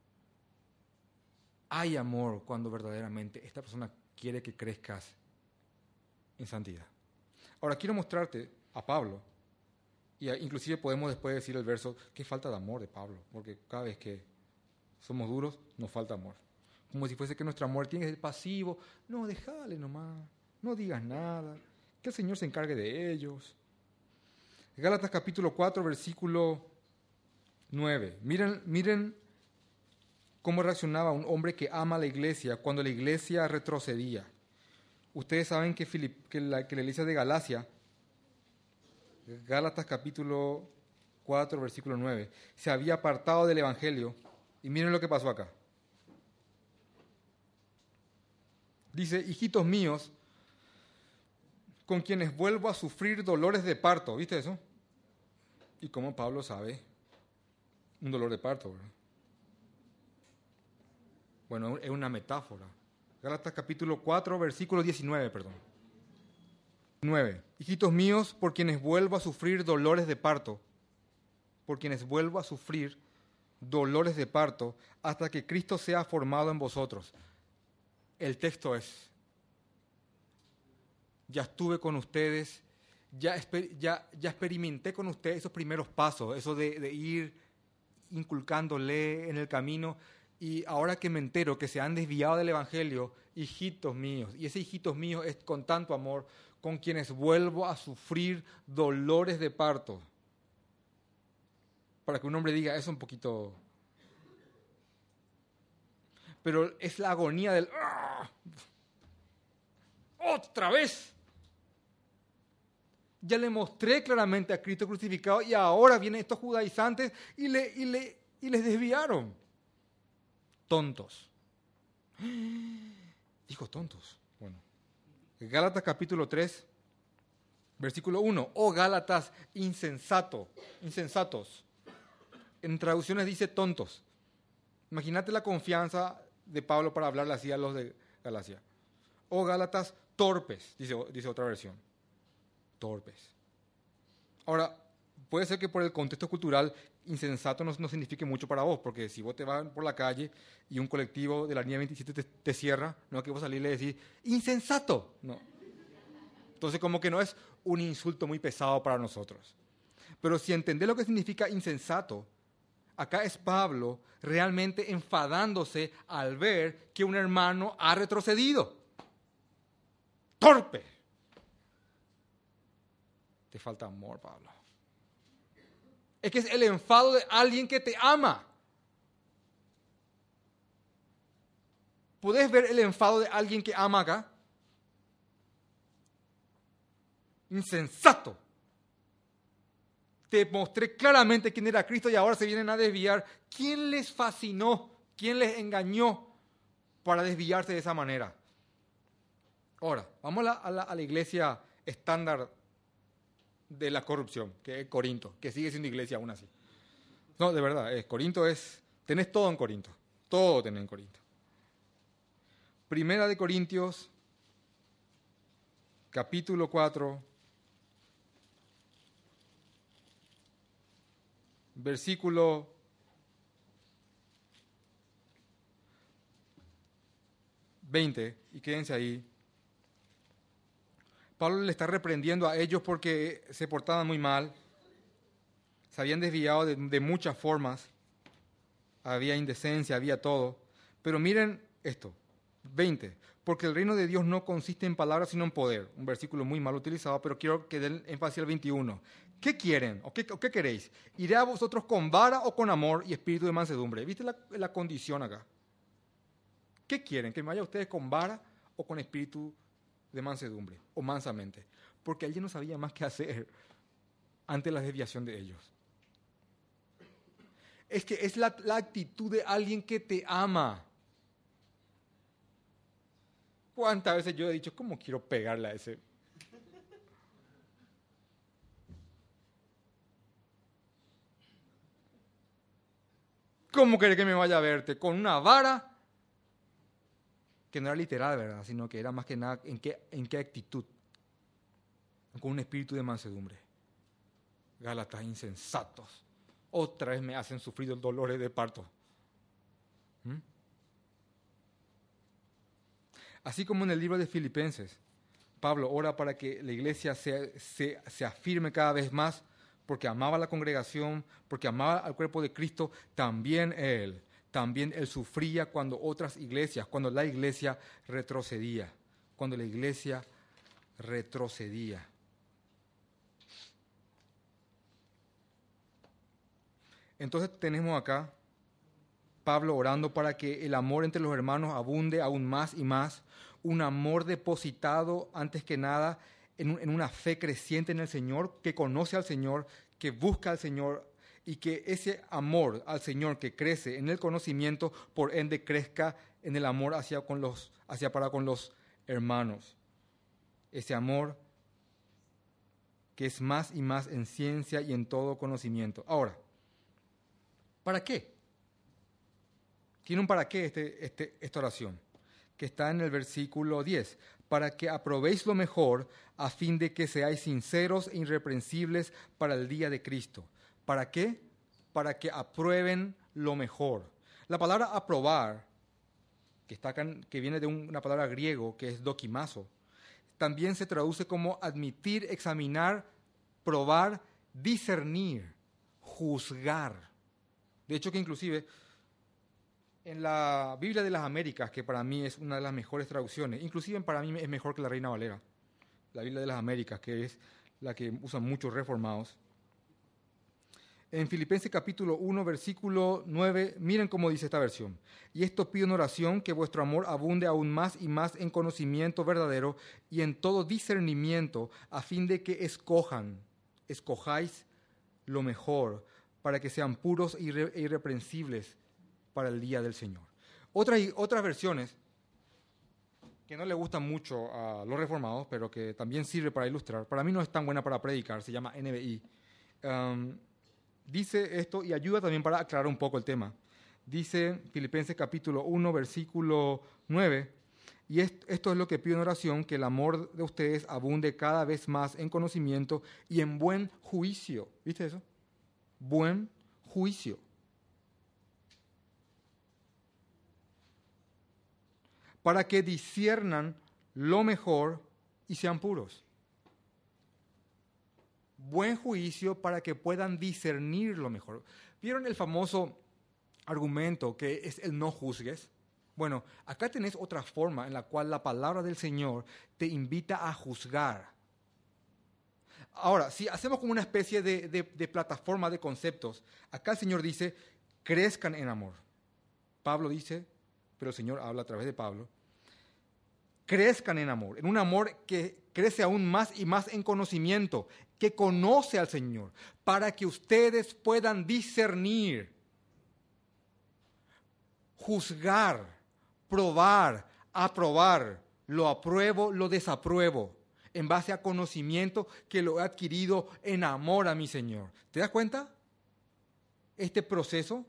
hay amor cuando verdaderamente esta persona quiere que crezcas en santidad. Ahora quiero mostrarte a Pablo, y inclusive podemos después decir el verso, qué falta de amor de Pablo, porque cada vez que somos duros, nos falta amor. Como si fuese que nuestro amor tiene que ser pasivo. No, déjale nomás, no digas nada, que el Señor se encargue de ellos. Gálatas capítulo 4, versículo 9. Miren cómo reaccionaba un hombre que ama a la iglesia cuando la iglesia retrocedía. Ustedes saben que la iglesia de Galacia, Gálatas capítulo 4, versículo 9, se había apartado del evangelio. Y miren lo que pasó acá. Dice, hijitos míos, con quienes vuelvo a sufrir dolores de parto. ¿Viste eso? Y como Pablo sabe, un dolor de parto, ¿verdad? Bueno, es una metáfora. Gálatas capítulo 4, versículo 19, perdón. 9. Hijitos míos, por quienes vuelvo a sufrir dolores de parto. Por quienes vuelvo a sufrir dolores de parto hasta que Cristo sea formado en vosotros. El texto es, ya estuve con ustedes, ya experimenté con ustedes esos primeros pasos, eso de ir inculcándole en el camino, y ahora que me entero que se han desviado del Evangelio, hijitos míos, y ese hijitos míos es con tanto amor, con quienes vuelvo a sufrir dolores de parto. Para que un hombre diga, eso un poquito... Pero es la agonía del... ¡ah! ¡Otra vez! Ya le mostré claramente a Cristo crucificado y ahora vienen estos judaizantes y les desviaron. Tontos. Dijo tontos. Bueno. Gálatas capítulo 3, versículo 1. Oh Gálatas insensatos. En traducciones dice tontos. Imagínate la confianza de Pablo para hablarle así a los de Galacia. Oh Gálatas torpes, dice otra versión. torpes. Ahora, puede ser que por el contexto cultural insensato no signifique mucho para vos, porque si vos te vas por la calle y un colectivo de la línea 27 te cierra, no es que vos salís y le decís, ¡insensato! No. Entonces, como que no es un insulto muy pesado para nosotros. Pero si entendés lo que significa insensato, acá es Pablo realmente enfadándose al ver que un hermano ha retrocedido. ¡Torpe! Te falta amor, Pablo. Es que es el enfado de alguien que te ama. ¿Podés ver el enfado de alguien que ama acá? Insensato. Te mostré claramente quién era Cristo y ahora se vienen a desviar. ¿Quién les fascinó? ¿Quién les engañó para desviarse de esa manera? Ahora, vamos a la iglesia estándar de la corrupción, que es Corinto, que sigue siendo iglesia aún así. No, de verdad, Corinto tenés todo en Corinto, todo tenés en Corinto. Primera de Corintios, capítulo 4, versículo 20, y quédense ahí. Pablo le está reprendiendo a ellos porque se portaban muy mal, se habían desviado de muchas formas, había indecencia, había todo. Pero miren esto, 20, porque el reino de Dios no consiste en palabras sino en poder. Un versículo muy mal utilizado, pero quiero que den énfasis al 21. ¿Qué quieren o qué queréis? ¿Iré a vosotros con vara o con amor y espíritu de mansedumbre? ¿Viste la condición acá? ¿Qué quieren? ¿Que me vaya ustedes con vara o con espíritu de mansedumbre o mansamente? Porque alguien no sabía más qué hacer ante la desviación de ellos. Es que es la actitud de alguien que te ama. ¿Cuántas veces yo he dicho, cómo quiero pegarle a ese? ¿Cómo querés que me vaya a verte? ¿Con una vara? Que no era literal, ¿verdad? Sino que era más que nada en qué actitud. Con un espíritu de mansedumbre. Gálatas insensatos. Otra vez me hacen sufrir dolores de parto. Así como en el libro de Filipenses, Pablo ora para que la iglesia se afirme cada vez más, porque amaba a la congregación, porque amaba al cuerpo de Cristo, también él sufría cuando otras iglesias, cuando la iglesia retrocedía, Entonces tenemos acá Pablo orando para que el amor entre los hermanos abunde aún más y más, un amor depositado antes que nada en una fe creciente en el Señor, que conoce al Señor, que busca al Señor, y que ese amor al Señor que crece en el conocimiento, por ende crezca en el amor para con los hermanos. Ese amor que es más y más en ciencia y en todo conocimiento. Ahora, ¿para qué? Tiene un para qué esta oración, que está en el versículo 10. Para que aprobéis lo mejor, a fin de que seáis sinceros e irreprensibles para el día de Cristo. ¿Para qué? Para que aprueben lo mejor. La palabra aprobar, que viene de una palabra griego que es dokimazo, también se traduce como admitir, examinar, probar, discernir, juzgar. De hecho que inclusive en la Biblia de las Américas, que para mí es una de las mejores traducciones, inclusive para mí es mejor que la Reina Valera, la Biblia de las Américas, que es la que usan muchos reformados. En Filipenses capítulo 1, versículo 9, miren cómo dice esta versión. Y esto pido en oración, que vuestro amor abunde aún más y más en conocimiento verdadero y en todo discernimiento, a fin de que escojáis lo mejor, para que sean puros e irreprensibles para el día del Señor. Otras versiones que no le gustan mucho a los reformados, pero que también sirve para ilustrar, para mí no es tan buena para predicar, se llama NBI. Dice esto y ayuda también para aclarar un poco el tema. Dice Filipenses capítulo 1, versículo 9, Y esto es lo que pido en oración, que el amor de ustedes abunde cada vez más en conocimiento y en buen juicio. ¿Viste eso? Buen juicio. Para que disciernan lo mejor y sean puros. Buen juicio para que puedan discernir lo mejor. ¿Vieron el famoso argumento que es el no juzgues? Bueno, acá tenés otra forma en la cual la palabra del Señor te invita a juzgar. Ahora, si hacemos como una especie de plataforma de conceptos, acá el Señor dice, crezcan en amor. Pablo dice, pero el Señor habla a través de Pablo, crezcan en amor, en un amor que crece aún más y más en conocimiento, que conoce al Señor, para que ustedes puedan discernir, juzgar, probar, aprobar, lo apruebo, lo desapruebo, en base a conocimiento que lo he adquirido en amor a mi Señor. ¿Te das cuenta? Este proceso.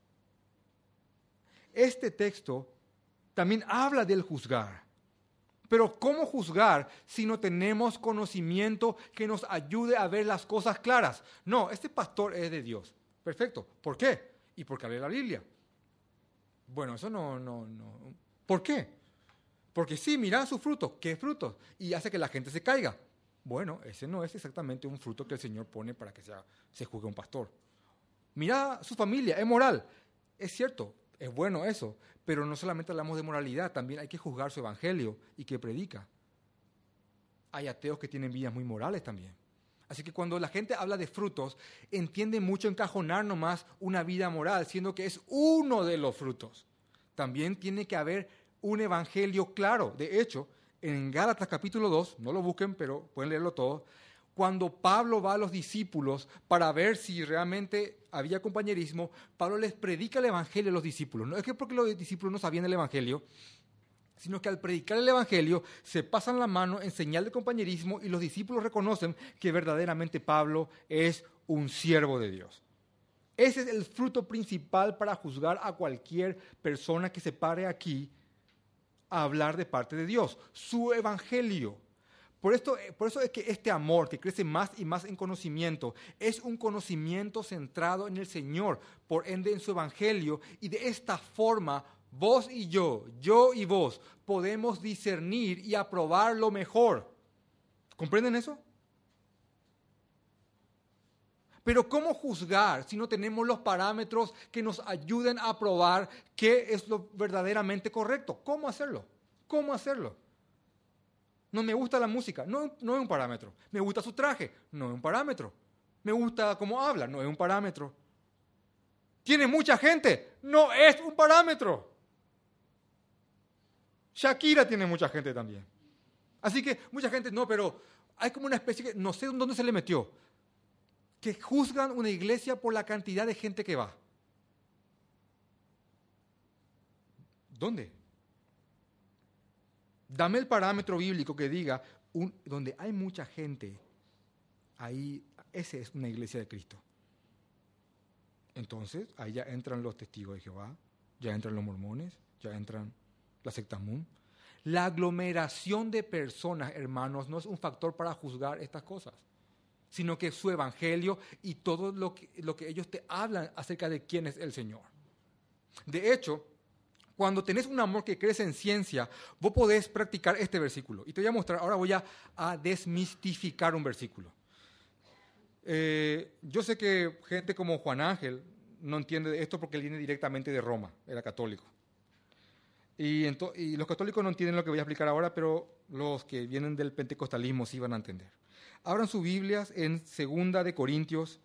Este texto también habla del juzgar. Pero ¿cómo juzgar si no tenemos conocimiento que nos ayude a ver las cosas claras? No, este pastor es de Dios. Perfecto. ¿Por qué? Y porque lee la Biblia. Bueno, eso no. ¿Por qué? Porque sí, mira sus frutos. ¿Qué frutos? Y hace que la gente se caiga. Bueno, ese no es exactamente un fruto que el Señor pone para que se juzgue un pastor. Mira su familia, es moral. Es cierto, es bueno eso. Pero no solamente hablamos de moralidad, también hay que juzgar su evangelio y que predica. Hay ateos que tienen vidas muy morales también. Así que cuando la gente habla de frutos, entiende mucho encajonar nomás una vida moral, siendo que es uno de los frutos. También tiene que haber un evangelio claro. De hecho, en Gálatas capítulo 2, no lo busquen, pero pueden leerlo todo, cuando Pablo va a los discípulos para ver si realmente había compañerismo, Pablo les predica el evangelio a los discípulos. No es que porque los discípulos no sabían el evangelio, sino que al predicar el evangelio se pasan la mano en señal de compañerismo y los discípulos reconocen que verdaderamente Pablo es un siervo de Dios. Ese es el fruto principal para juzgar a cualquier persona que se pare aquí a hablar de parte de Dios, su evangelio. Por eso es que este amor que crece más y más en conocimiento es un conocimiento centrado en el Señor, por ende en su evangelio, y de esta forma vos y yo y vos, podemos discernir y aprobar lo mejor. ¿Comprenden eso? Pero ¿cómo juzgar si no tenemos los parámetros que nos ayuden a aprobar qué es lo verdaderamente correcto? ¿Cómo hacerlo? ¿Cómo hacerlo? No me gusta la música, no es un parámetro. Me gusta su traje, no es un parámetro. Me gusta cómo habla, no es un parámetro. ¿Tiene mucha gente? No es un parámetro. Shakira tiene mucha gente también. Así que mucha gente, no, pero hay como una especie que no sé dónde se le metió, que juzgan una iglesia por la cantidad de gente que va. ¿Dónde? Dame el parámetro bíblico que diga, donde hay mucha gente, ahí, esa es una iglesia de Cristo. Entonces, ahí ya entran los testigos de Jehová, ya entran los mormones, ya entran la secta Moon. La aglomeración de personas, hermanos, no es un factor para juzgar estas cosas, sino que su evangelio y todo lo que ellos te hablan acerca de quién es el Señor. De hecho, cuando tenés un amor que crece en ciencia, vos podés practicar este versículo. Y te voy a mostrar, ahora voy a desmistificar un versículo. Yo sé que gente como Juan Ángel no entiende esto porque él viene directamente de Roma, era católico. Y los católicos no entienden lo que voy a explicar ahora, pero los que vienen del pentecostalismo sí van a entender. Abran sus Biblias en 2 de Corintios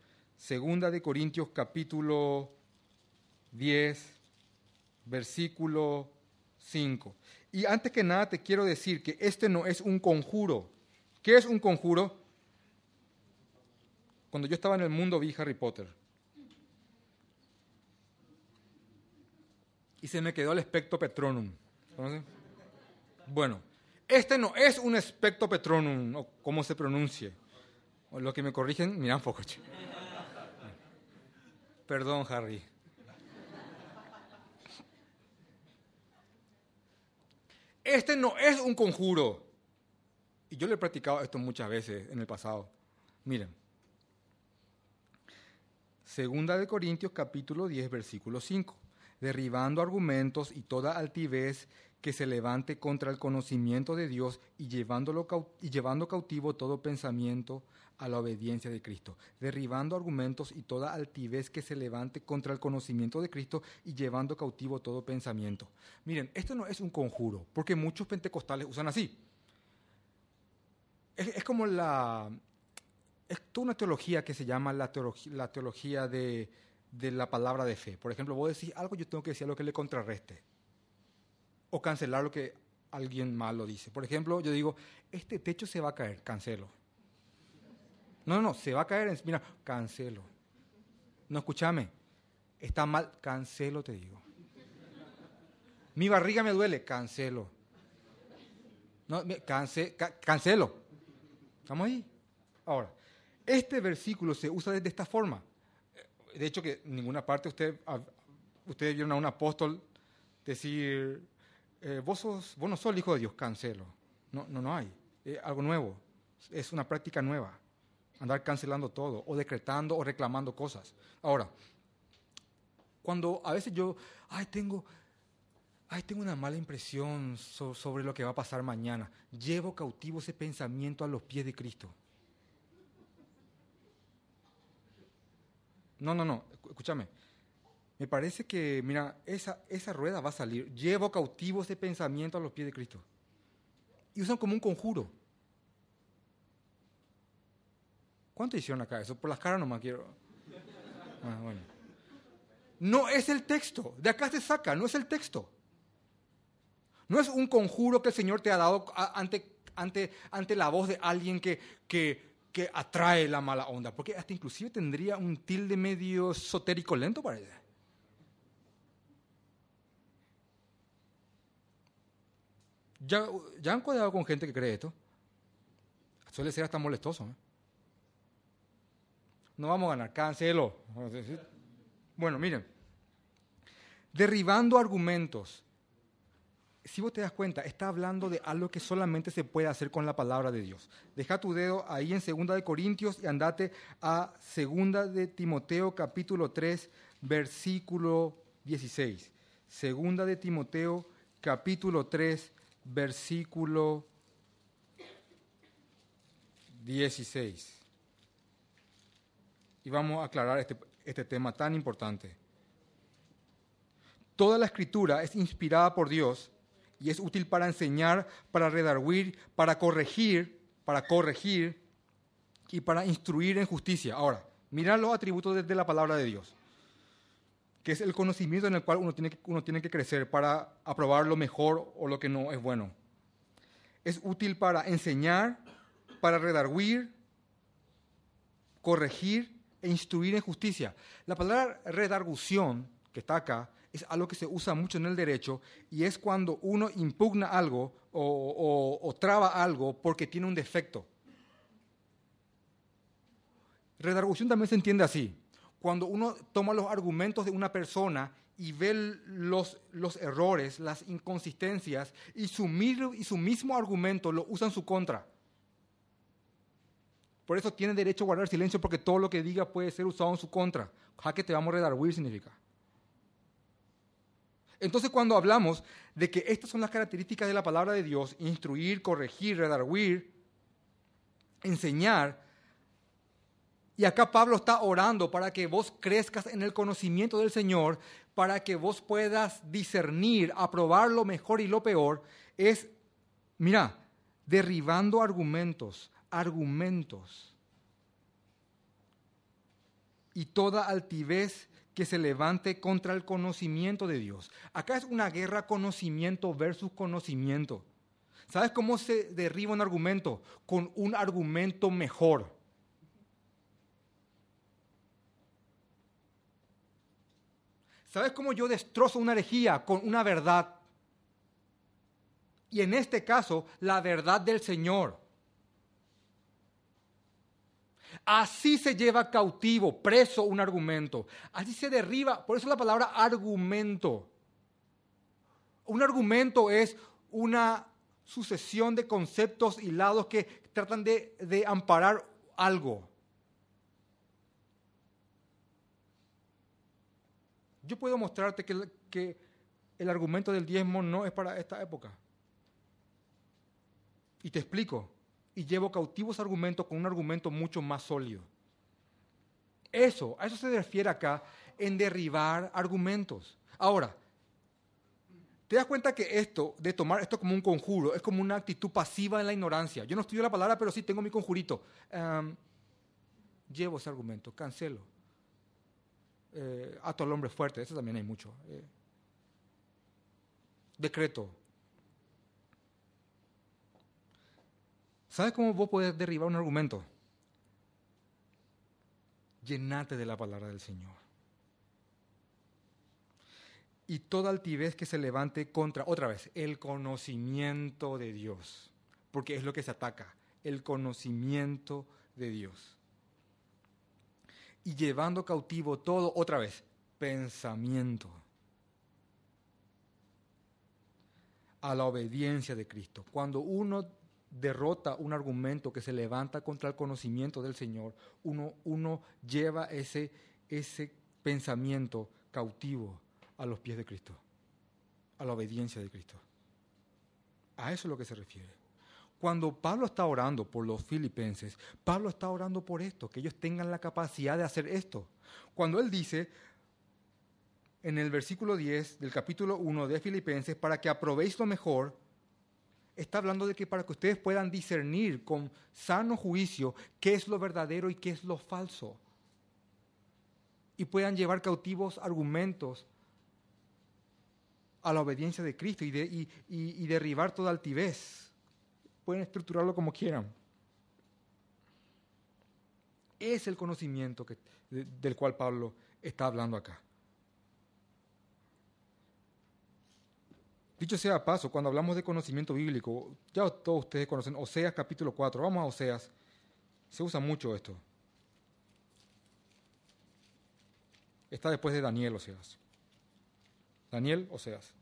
capítulo 10, versículo 5. Y antes que nada te quiero decir que este no es un conjuro. ¿Qué es un conjuro? Cuando yo estaba en el mundo vi Harry Potter. Y se me quedó el Spectro Patronum. ¿Conocen? Bueno, este no es un Spectro Patronum, o como se pronuncie. O lo que me corrigen, mirá un poco. Perdón, Harry. este no es un conjuro. Y yo le he practicado esto muchas veces en el pasado. Miren. Segunda de Corintios capítulo 10, versículo 5. Derribando argumentos y toda altivez que se levante contra el conocimiento de Dios y llevando cautivo todo pensamiento a la obediencia de Cristo. Derribando argumentos y toda altivez que se levante contra el conocimiento de Cristo y llevando cautivo todo pensamiento. Miren, esto no es un conjuro, porque muchos pentecostales usan así. Es como es toda una teología que se llama la teología de la palabra de fe. Por ejemplo, vos decís algo, yo tengo que decir algo que le contrarreste. O cancelar lo que alguien malo dice. Por ejemplo, yo digo, este techo se va a caer, cancelo. No, se va a caer, mira, cancelo. No, escúchame, está mal, cancelo, te digo. Mi barriga me duele, cancelo. No, cancelo. ¿Estamos ahí? Ahora, este versículo se usa de esta forma. De hecho, que en ninguna parte ustedes vieron a un apóstol decir, vos no sos el hijo de Dios, cancelo. No hay. Algo nuevo. Es una práctica nueva. Andar cancelando todo, o decretando, o reclamando cosas. Ahora, cuando a veces yo, tengo una mala impresión sobre lo que va a pasar mañana, llevo cautivo ese pensamiento a los pies de Cristo. No, escúchame. Me parece que, mira, esa rueda va a salir. Llevo cautivo ese pensamiento a los pies de Cristo. Y usan como un conjuro. ¿Cuánto hicieron acá eso? Por las caras nomás quiero. Bueno. No es el texto. De acá se saca, no es el texto. No es un conjuro que el Señor te ha dado ante la voz de alguien que atrae la mala onda. Porque hasta inclusive tendría un tilde medio esotérico lento para ella. ¿Ya han cuidado con gente que cree esto? Suele ser hasta molestoso, ¿eh? No vamos a ganar, cancelo. Bueno, miren. Derribando argumentos. Si vos te das cuenta, está hablando de algo que solamente se puede hacer con la palabra de Dios. Deja tu dedo ahí en 2 de Corintios y andate a 2 de Timoteo capítulo 3, versículo 16. 2 de Timoteo capítulo 3, versículo 16. Y vamos a aclarar este tema tan importante. Toda la Escritura es inspirada por Dios y es útil para enseñar, para redarguir, para corregir y para instruir en justicia. Ahora, mirad los atributos de la palabra de Dios, que es el conocimiento en el cual uno tiene que crecer para aprobar lo mejor o lo que no es bueno. Es útil para enseñar, para redarguir, corregir e instruir en justicia. La palabra redargución, que está acá, es algo que se usa mucho en el derecho y es cuando uno impugna algo o traba algo porque tiene un defecto. Redargución también se entiende así. Cuando uno toma los argumentos de una persona y ve los errores, las inconsistencias y su mismo argumento lo usa en su contra. Por eso tiene derecho a guardar silencio porque todo lo que diga puede ser usado en su contra. Jaque te vamos a redarguir significa. Entonces cuando hablamos de que estas son las características de la palabra de Dios, instruir, corregir, redarguir, enseñar, y acá Pablo está orando para que vos crezcas en el conocimiento del Señor, para que vos puedas discernir, aprobar lo mejor y lo peor, es, mira, derribando argumentos y toda altivez que se levante contra el conocimiento de Dios. Acá es una guerra conocimiento versus conocimiento. ¿Sabes cómo se derriba un argumento? Con un argumento mejor. ¿Sabes cómo yo destrozo una herejía? Con una verdad. Y en este caso, la verdad del Señor. Así se lleva cautivo, preso un argumento. Así se derriba, por eso la palabra argumento. Un argumento es una sucesión de conceptos hilados que tratan de amparar algo. Yo puedo mostrarte que el argumento del diezmo no es para esta época. Y te explico. Y llevo cautivos argumentos con un argumento mucho más sólido. A eso se refiere acá en derribar argumentos. Ahora, ¿te das cuenta que esto, de tomar esto como un conjuro, es como una actitud pasiva en la ignorancia? Yo no estudio la palabra, pero sí tengo mi conjurito. Llevo ese argumento, cancelo. Ato al hombre fuerte, eso también hay mucho. Decreto. ¿Sabes cómo vos podés derribar un argumento? Llenate de la palabra del Señor. Y toda altivez que se levante contra, otra vez, el conocimiento de Dios. Porque es lo que se ataca, el conocimiento de Dios. Y llevando cautivo todo, otra vez, pensamiento a la obediencia de Cristo. Cuando uno derrota un argumento que se levanta contra el conocimiento del Señor, uno lleva ese pensamiento cautivo a los pies de Cristo, a la obediencia de Cristo. A eso es lo que se refiere. Cuando Pablo está orando por los filipenses, Pablo está orando por esto, que ellos tengan la capacidad de hacer esto. Cuando él dice, en el versículo 10 del capítulo 1 de Filipenses, para que aprobéis lo mejor, está hablando de que para que ustedes puedan discernir con sano juicio qué es lo verdadero y qué es lo falso. Y puedan llevar cautivos argumentos a la obediencia de Cristo y derribar toda altivez. Pueden estructurarlo como quieran. Es el conocimiento del cual Pablo está hablando acá. Dicho sea de paso, cuando hablamos de conocimiento bíblico, ya todos ustedes conocen Oseas capítulo 4. Vamos a Oseas. Se usa mucho esto. Está después de Daniel, Oseas. Daniel, Oseas.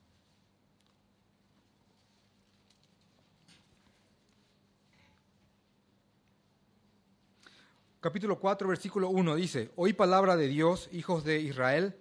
Capítulo 4, versículo 1 dice, oí palabra de Dios, hijos de Israel.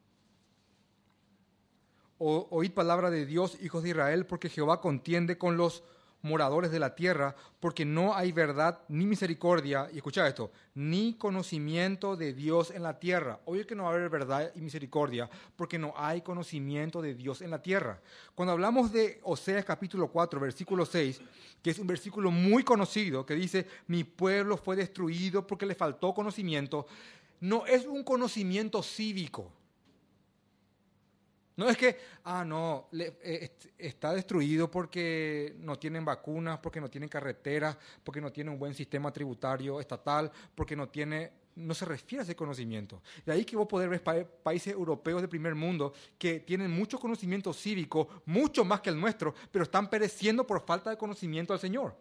Oíd palabra de Dios, hijos de Israel, porque Jehová contiende con los moradores de la tierra, porque no hay verdad ni misericordia, y escucha esto, ni conocimiento de Dios en la tierra. Obvio que no va a haber verdad y misericordia, porque no hay conocimiento de Dios en la tierra. Cuando hablamos de Oseas capítulo 4, versículo 6, que es un versículo muy conocido, que dice, mi pueblo fue destruido porque le faltó conocimiento, no es un conocimiento cívico. No es que, está destruido porque no tienen vacunas, porque no tienen carreteras, porque no tienen un buen sistema tributario estatal, porque no se refiere a ese conocimiento. De ahí que vos podés ver países europeos de primer mundo que tienen mucho conocimiento cívico, mucho más que el nuestro, pero están pereciendo por falta de conocimiento al Señor.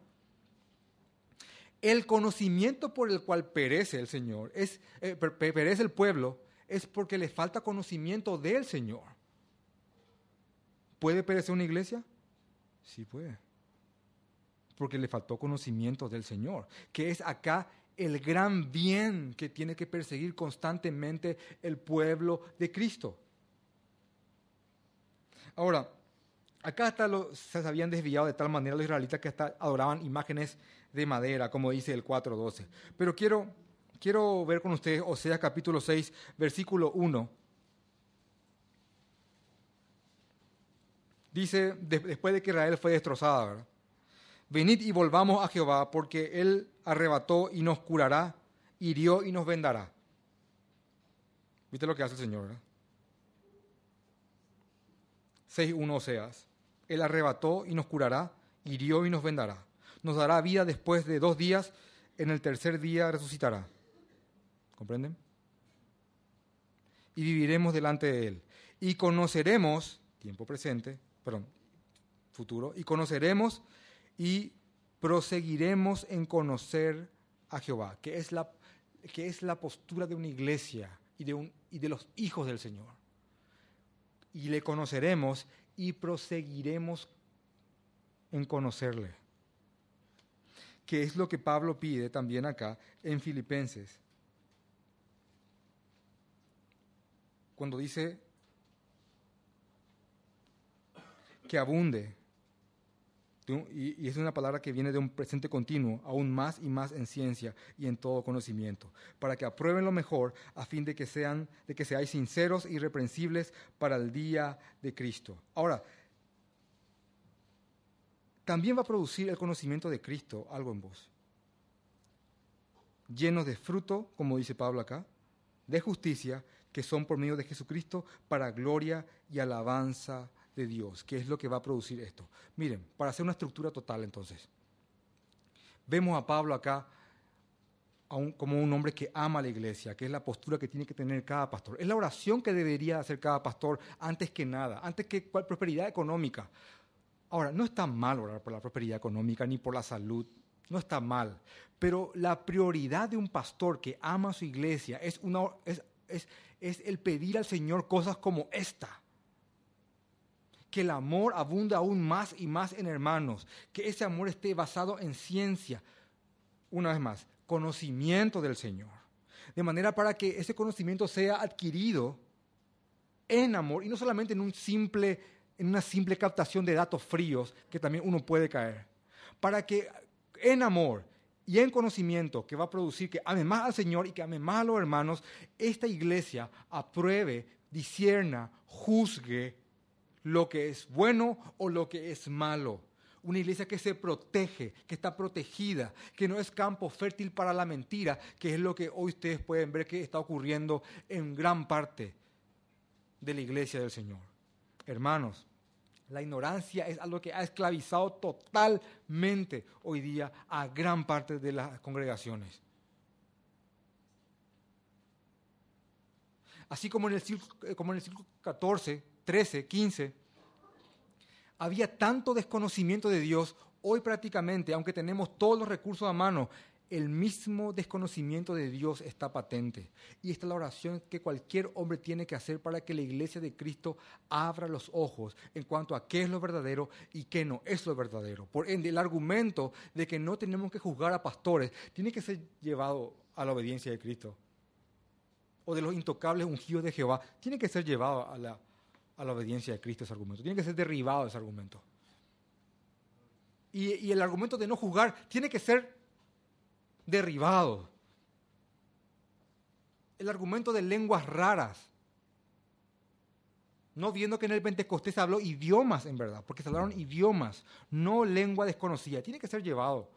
El conocimiento por el cual perece el Señor, perece el pueblo, es porque le falta conocimiento del Señor. ¿Puede perecer una iglesia? Sí puede. Porque le faltó conocimiento del Señor, que es acá el gran bien que tiene que perseguir constantemente el pueblo de Cristo. Ahora, acá se habían desviado de tal manera los israelitas que hasta adoraban imágenes de madera, como dice el 4.12. Pero quiero ver con ustedes Oseas capítulo 6, versículo 1. Dice, después de que Israel fue destrozada, ¿verdad? Venid y volvamos a Jehová, porque Él arrebató y nos curará, hirió y nos vendará. ¿Viste lo que hace el Señor, verdad? 6.1 Oseas. Él arrebató y nos curará, hirió y nos vendará. Nos dará vida después de 2 días, en el tercer día resucitará. ¿Comprenden? Y viviremos delante de Él. Y conoceremos, tiempo presente, futuro, y conoceremos y proseguiremos en conocer a Jehová, que es la postura de una iglesia y de los hijos del Señor. Y le conoceremos y proseguiremos en conocerle. Que es lo que Pablo pide también acá en Filipenses. Cuando dice que abunde, y es una palabra que viene de un presente continuo, aún más y más en ciencia y en todo conocimiento, para que aprueben lo mejor, a fin de que seáis sinceros e irreprensibles para el día de Cristo. Ahora, también va a producir el conocimiento de Cristo algo en vos. Llenos de fruto, como dice Pablo acá, de justicia, que son por medio de Jesucristo para gloria y alabanza de Dios, que es lo que va a producir esto. Miren, para hacer una estructura total entonces, vemos a Pablo acá como un hombre que ama a la iglesia, que es la postura que tiene que tener cada pastor. Es la oración que debería hacer cada pastor antes que nada, antes que prosperidad económica. Ahora, no está mal orar por la prosperidad económica ni por la salud, no está mal, pero la prioridad de un pastor que ama a su iglesia es el pedir al Señor cosas como esta. Que el amor abunda aún más y más en hermanos, que ese amor esté basado en ciencia, una vez más, conocimiento del Señor, de manera para que ese conocimiento sea adquirido en amor y no solamente en una simple captación de datos fríos que también uno puede caer, para que en amor y en conocimiento que va a producir que ame más al Señor y que ame más a los hermanos, esta iglesia apruebe, discierna, juzgue lo que es bueno o lo que es malo. Una iglesia que se protege, que está protegida, que no es campo fértil para la mentira, que es lo que hoy ustedes pueden ver que está ocurriendo en gran parte de la iglesia del Señor. Hermanos, la ignorancia es algo que ha esclavizado totalmente hoy día a gran parte de las congregaciones. Así como en el siglo XIV, 13, 15, había tanto desconocimiento de Dios, hoy prácticamente, aunque tenemos todos los recursos a mano, el mismo desconocimiento de Dios está patente. Y esta es la oración que cualquier hombre tiene que hacer para que la iglesia de Cristo abra los ojos en cuanto a qué es lo verdadero y qué no es lo verdadero. Por ende, el argumento de que no tenemos que juzgar a pastores tiene que ser llevado a la obediencia de Cristo. O de los intocables ungidos de Jehová, tiene que ser llevado a la obediencia de Cristo ese argumento. Tiene que ser derribado ese argumento. Y el argumento de no juzgar tiene que ser derribado. El argumento de lenguas raras. No viendo que en el Pentecostés se habló idiomas en verdad, porque se hablaron idiomas, no lengua desconocida. Tiene que ser llevado.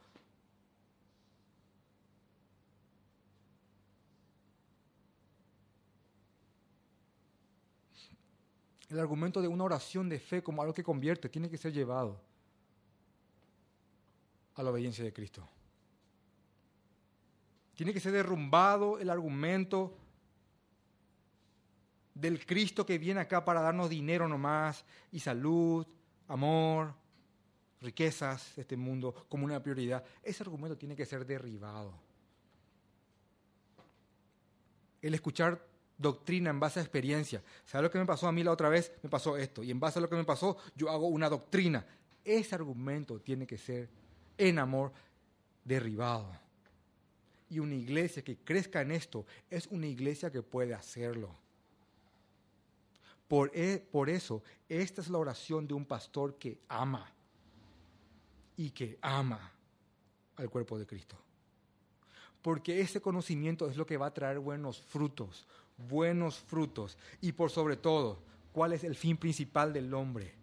El argumento de una oración de fe como algo que convierte tiene que ser llevado a la obediencia de Cristo. Tiene que ser derrumbado el argumento del Cristo que viene acá para darnos dinero nomás y salud, amor, riquezas de este mundo como una prioridad. Ese argumento tiene que ser derribado. El escuchar doctrina en base a experiencia. ¿Sabes lo que me pasó a mí la otra vez? Me pasó esto. Y en base a lo que me pasó, yo hago una doctrina. Ese argumento tiene que ser en amor derribado. Y una iglesia que crezca en esto es una iglesia que puede hacerlo. Por eso, esta es la oración de un pastor que ama y que ama al cuerpo de Cristo. Porque ese conocimiento es lo que va a traer buenos frutos. Y por sobre todo, ¿cuál es el fin principal del hombre?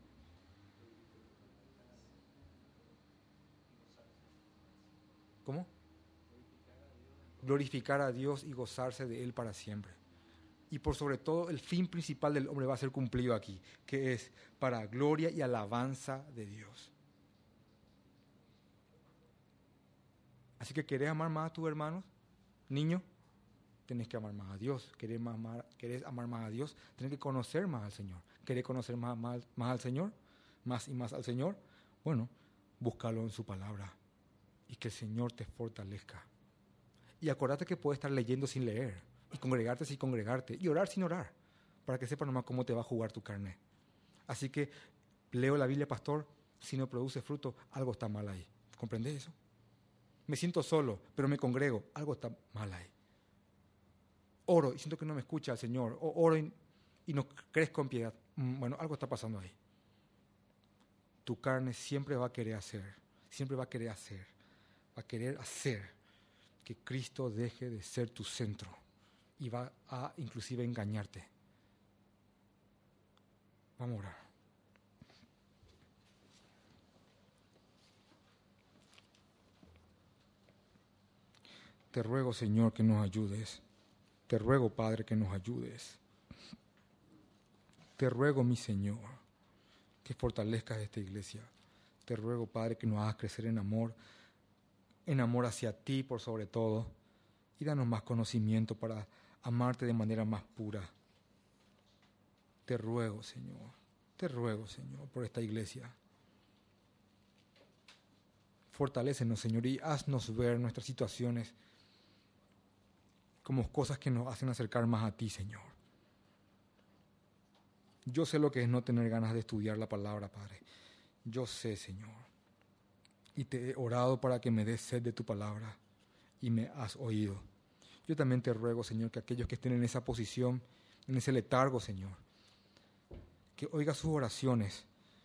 ¿Cómo? Glorificar a Dios y gozarse de Él para siempre. Y por sobre todo, el fin principal del hombre va a ser cumplido aquí, que es para gloria y alabanza de Dios. Así que, ¿querés amar más a tus hermanos? Niño, tenés que amar más a Dios. ¿Querés amar más a Dios? Tenés que conocer más al Señor. ¿Querés conocer más al Señor? Más y más al Señor. Bueno, búscalo en su palabra y que el Señor te fortalezca. Y acordate que puedes estar leyendo sin leer, y congregarte sin congregarte, y orar sin orar, para que sepas nomás cómo te va a jugar tu carne. Así que leo la Biblia, pastor, si no produce fruto, algo está mal ahí. ¿Comprendés eso? Me siento solo, pero me congrego, algo está mal ahí. Oro y siento que no me escucha el Señor, o oro y no crezco en piedad. Bueno, algo está pasando ahí. Tu carne siempre va a querer hacer que Cristo deje de ser tu centro y va a inclusive engañarte. Vamos a orar. Te ruego, Señor, que nos ayudes. Te ruego, Padre, que nos ayudes. Te ruego, mi Señor, que fortalezcas esta iglesia. Te ruego, Padre, que nos hagas crecer en amor hacia ti por sobre todo, y danos más conocimiento para amarte de manera más pura. Te ruego, Señor, por esta iglesia. Fortalécenos, Señor, y haznos ver nuestras situaciones como cosas que nos hacen acercar más a ti, Señor. Yo sé lo que es no tener ganas de estudiar la palabra, Padre. Yo sé, Señor. Y te he orado para que me des sed de tu palabra y me has oído. Yo también te ruego, Señor, que aquellos que estén en esa posición, en ese letargo, Señor, que oiga sus oraciones,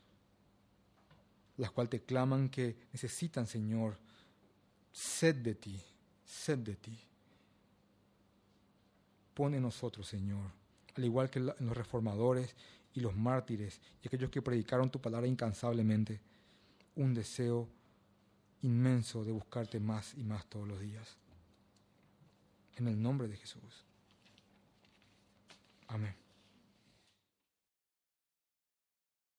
las cuales te claman que necesitan, Señor, sed de ti, sed de ti. Pon en nosotros, Señor, al igual que en los reformadores y los mártires y aquellos que predicaron tu palabra incansablemente, un deseo inmenso de buscarte más y más todos los días. En el nombre de Jesús. Amén.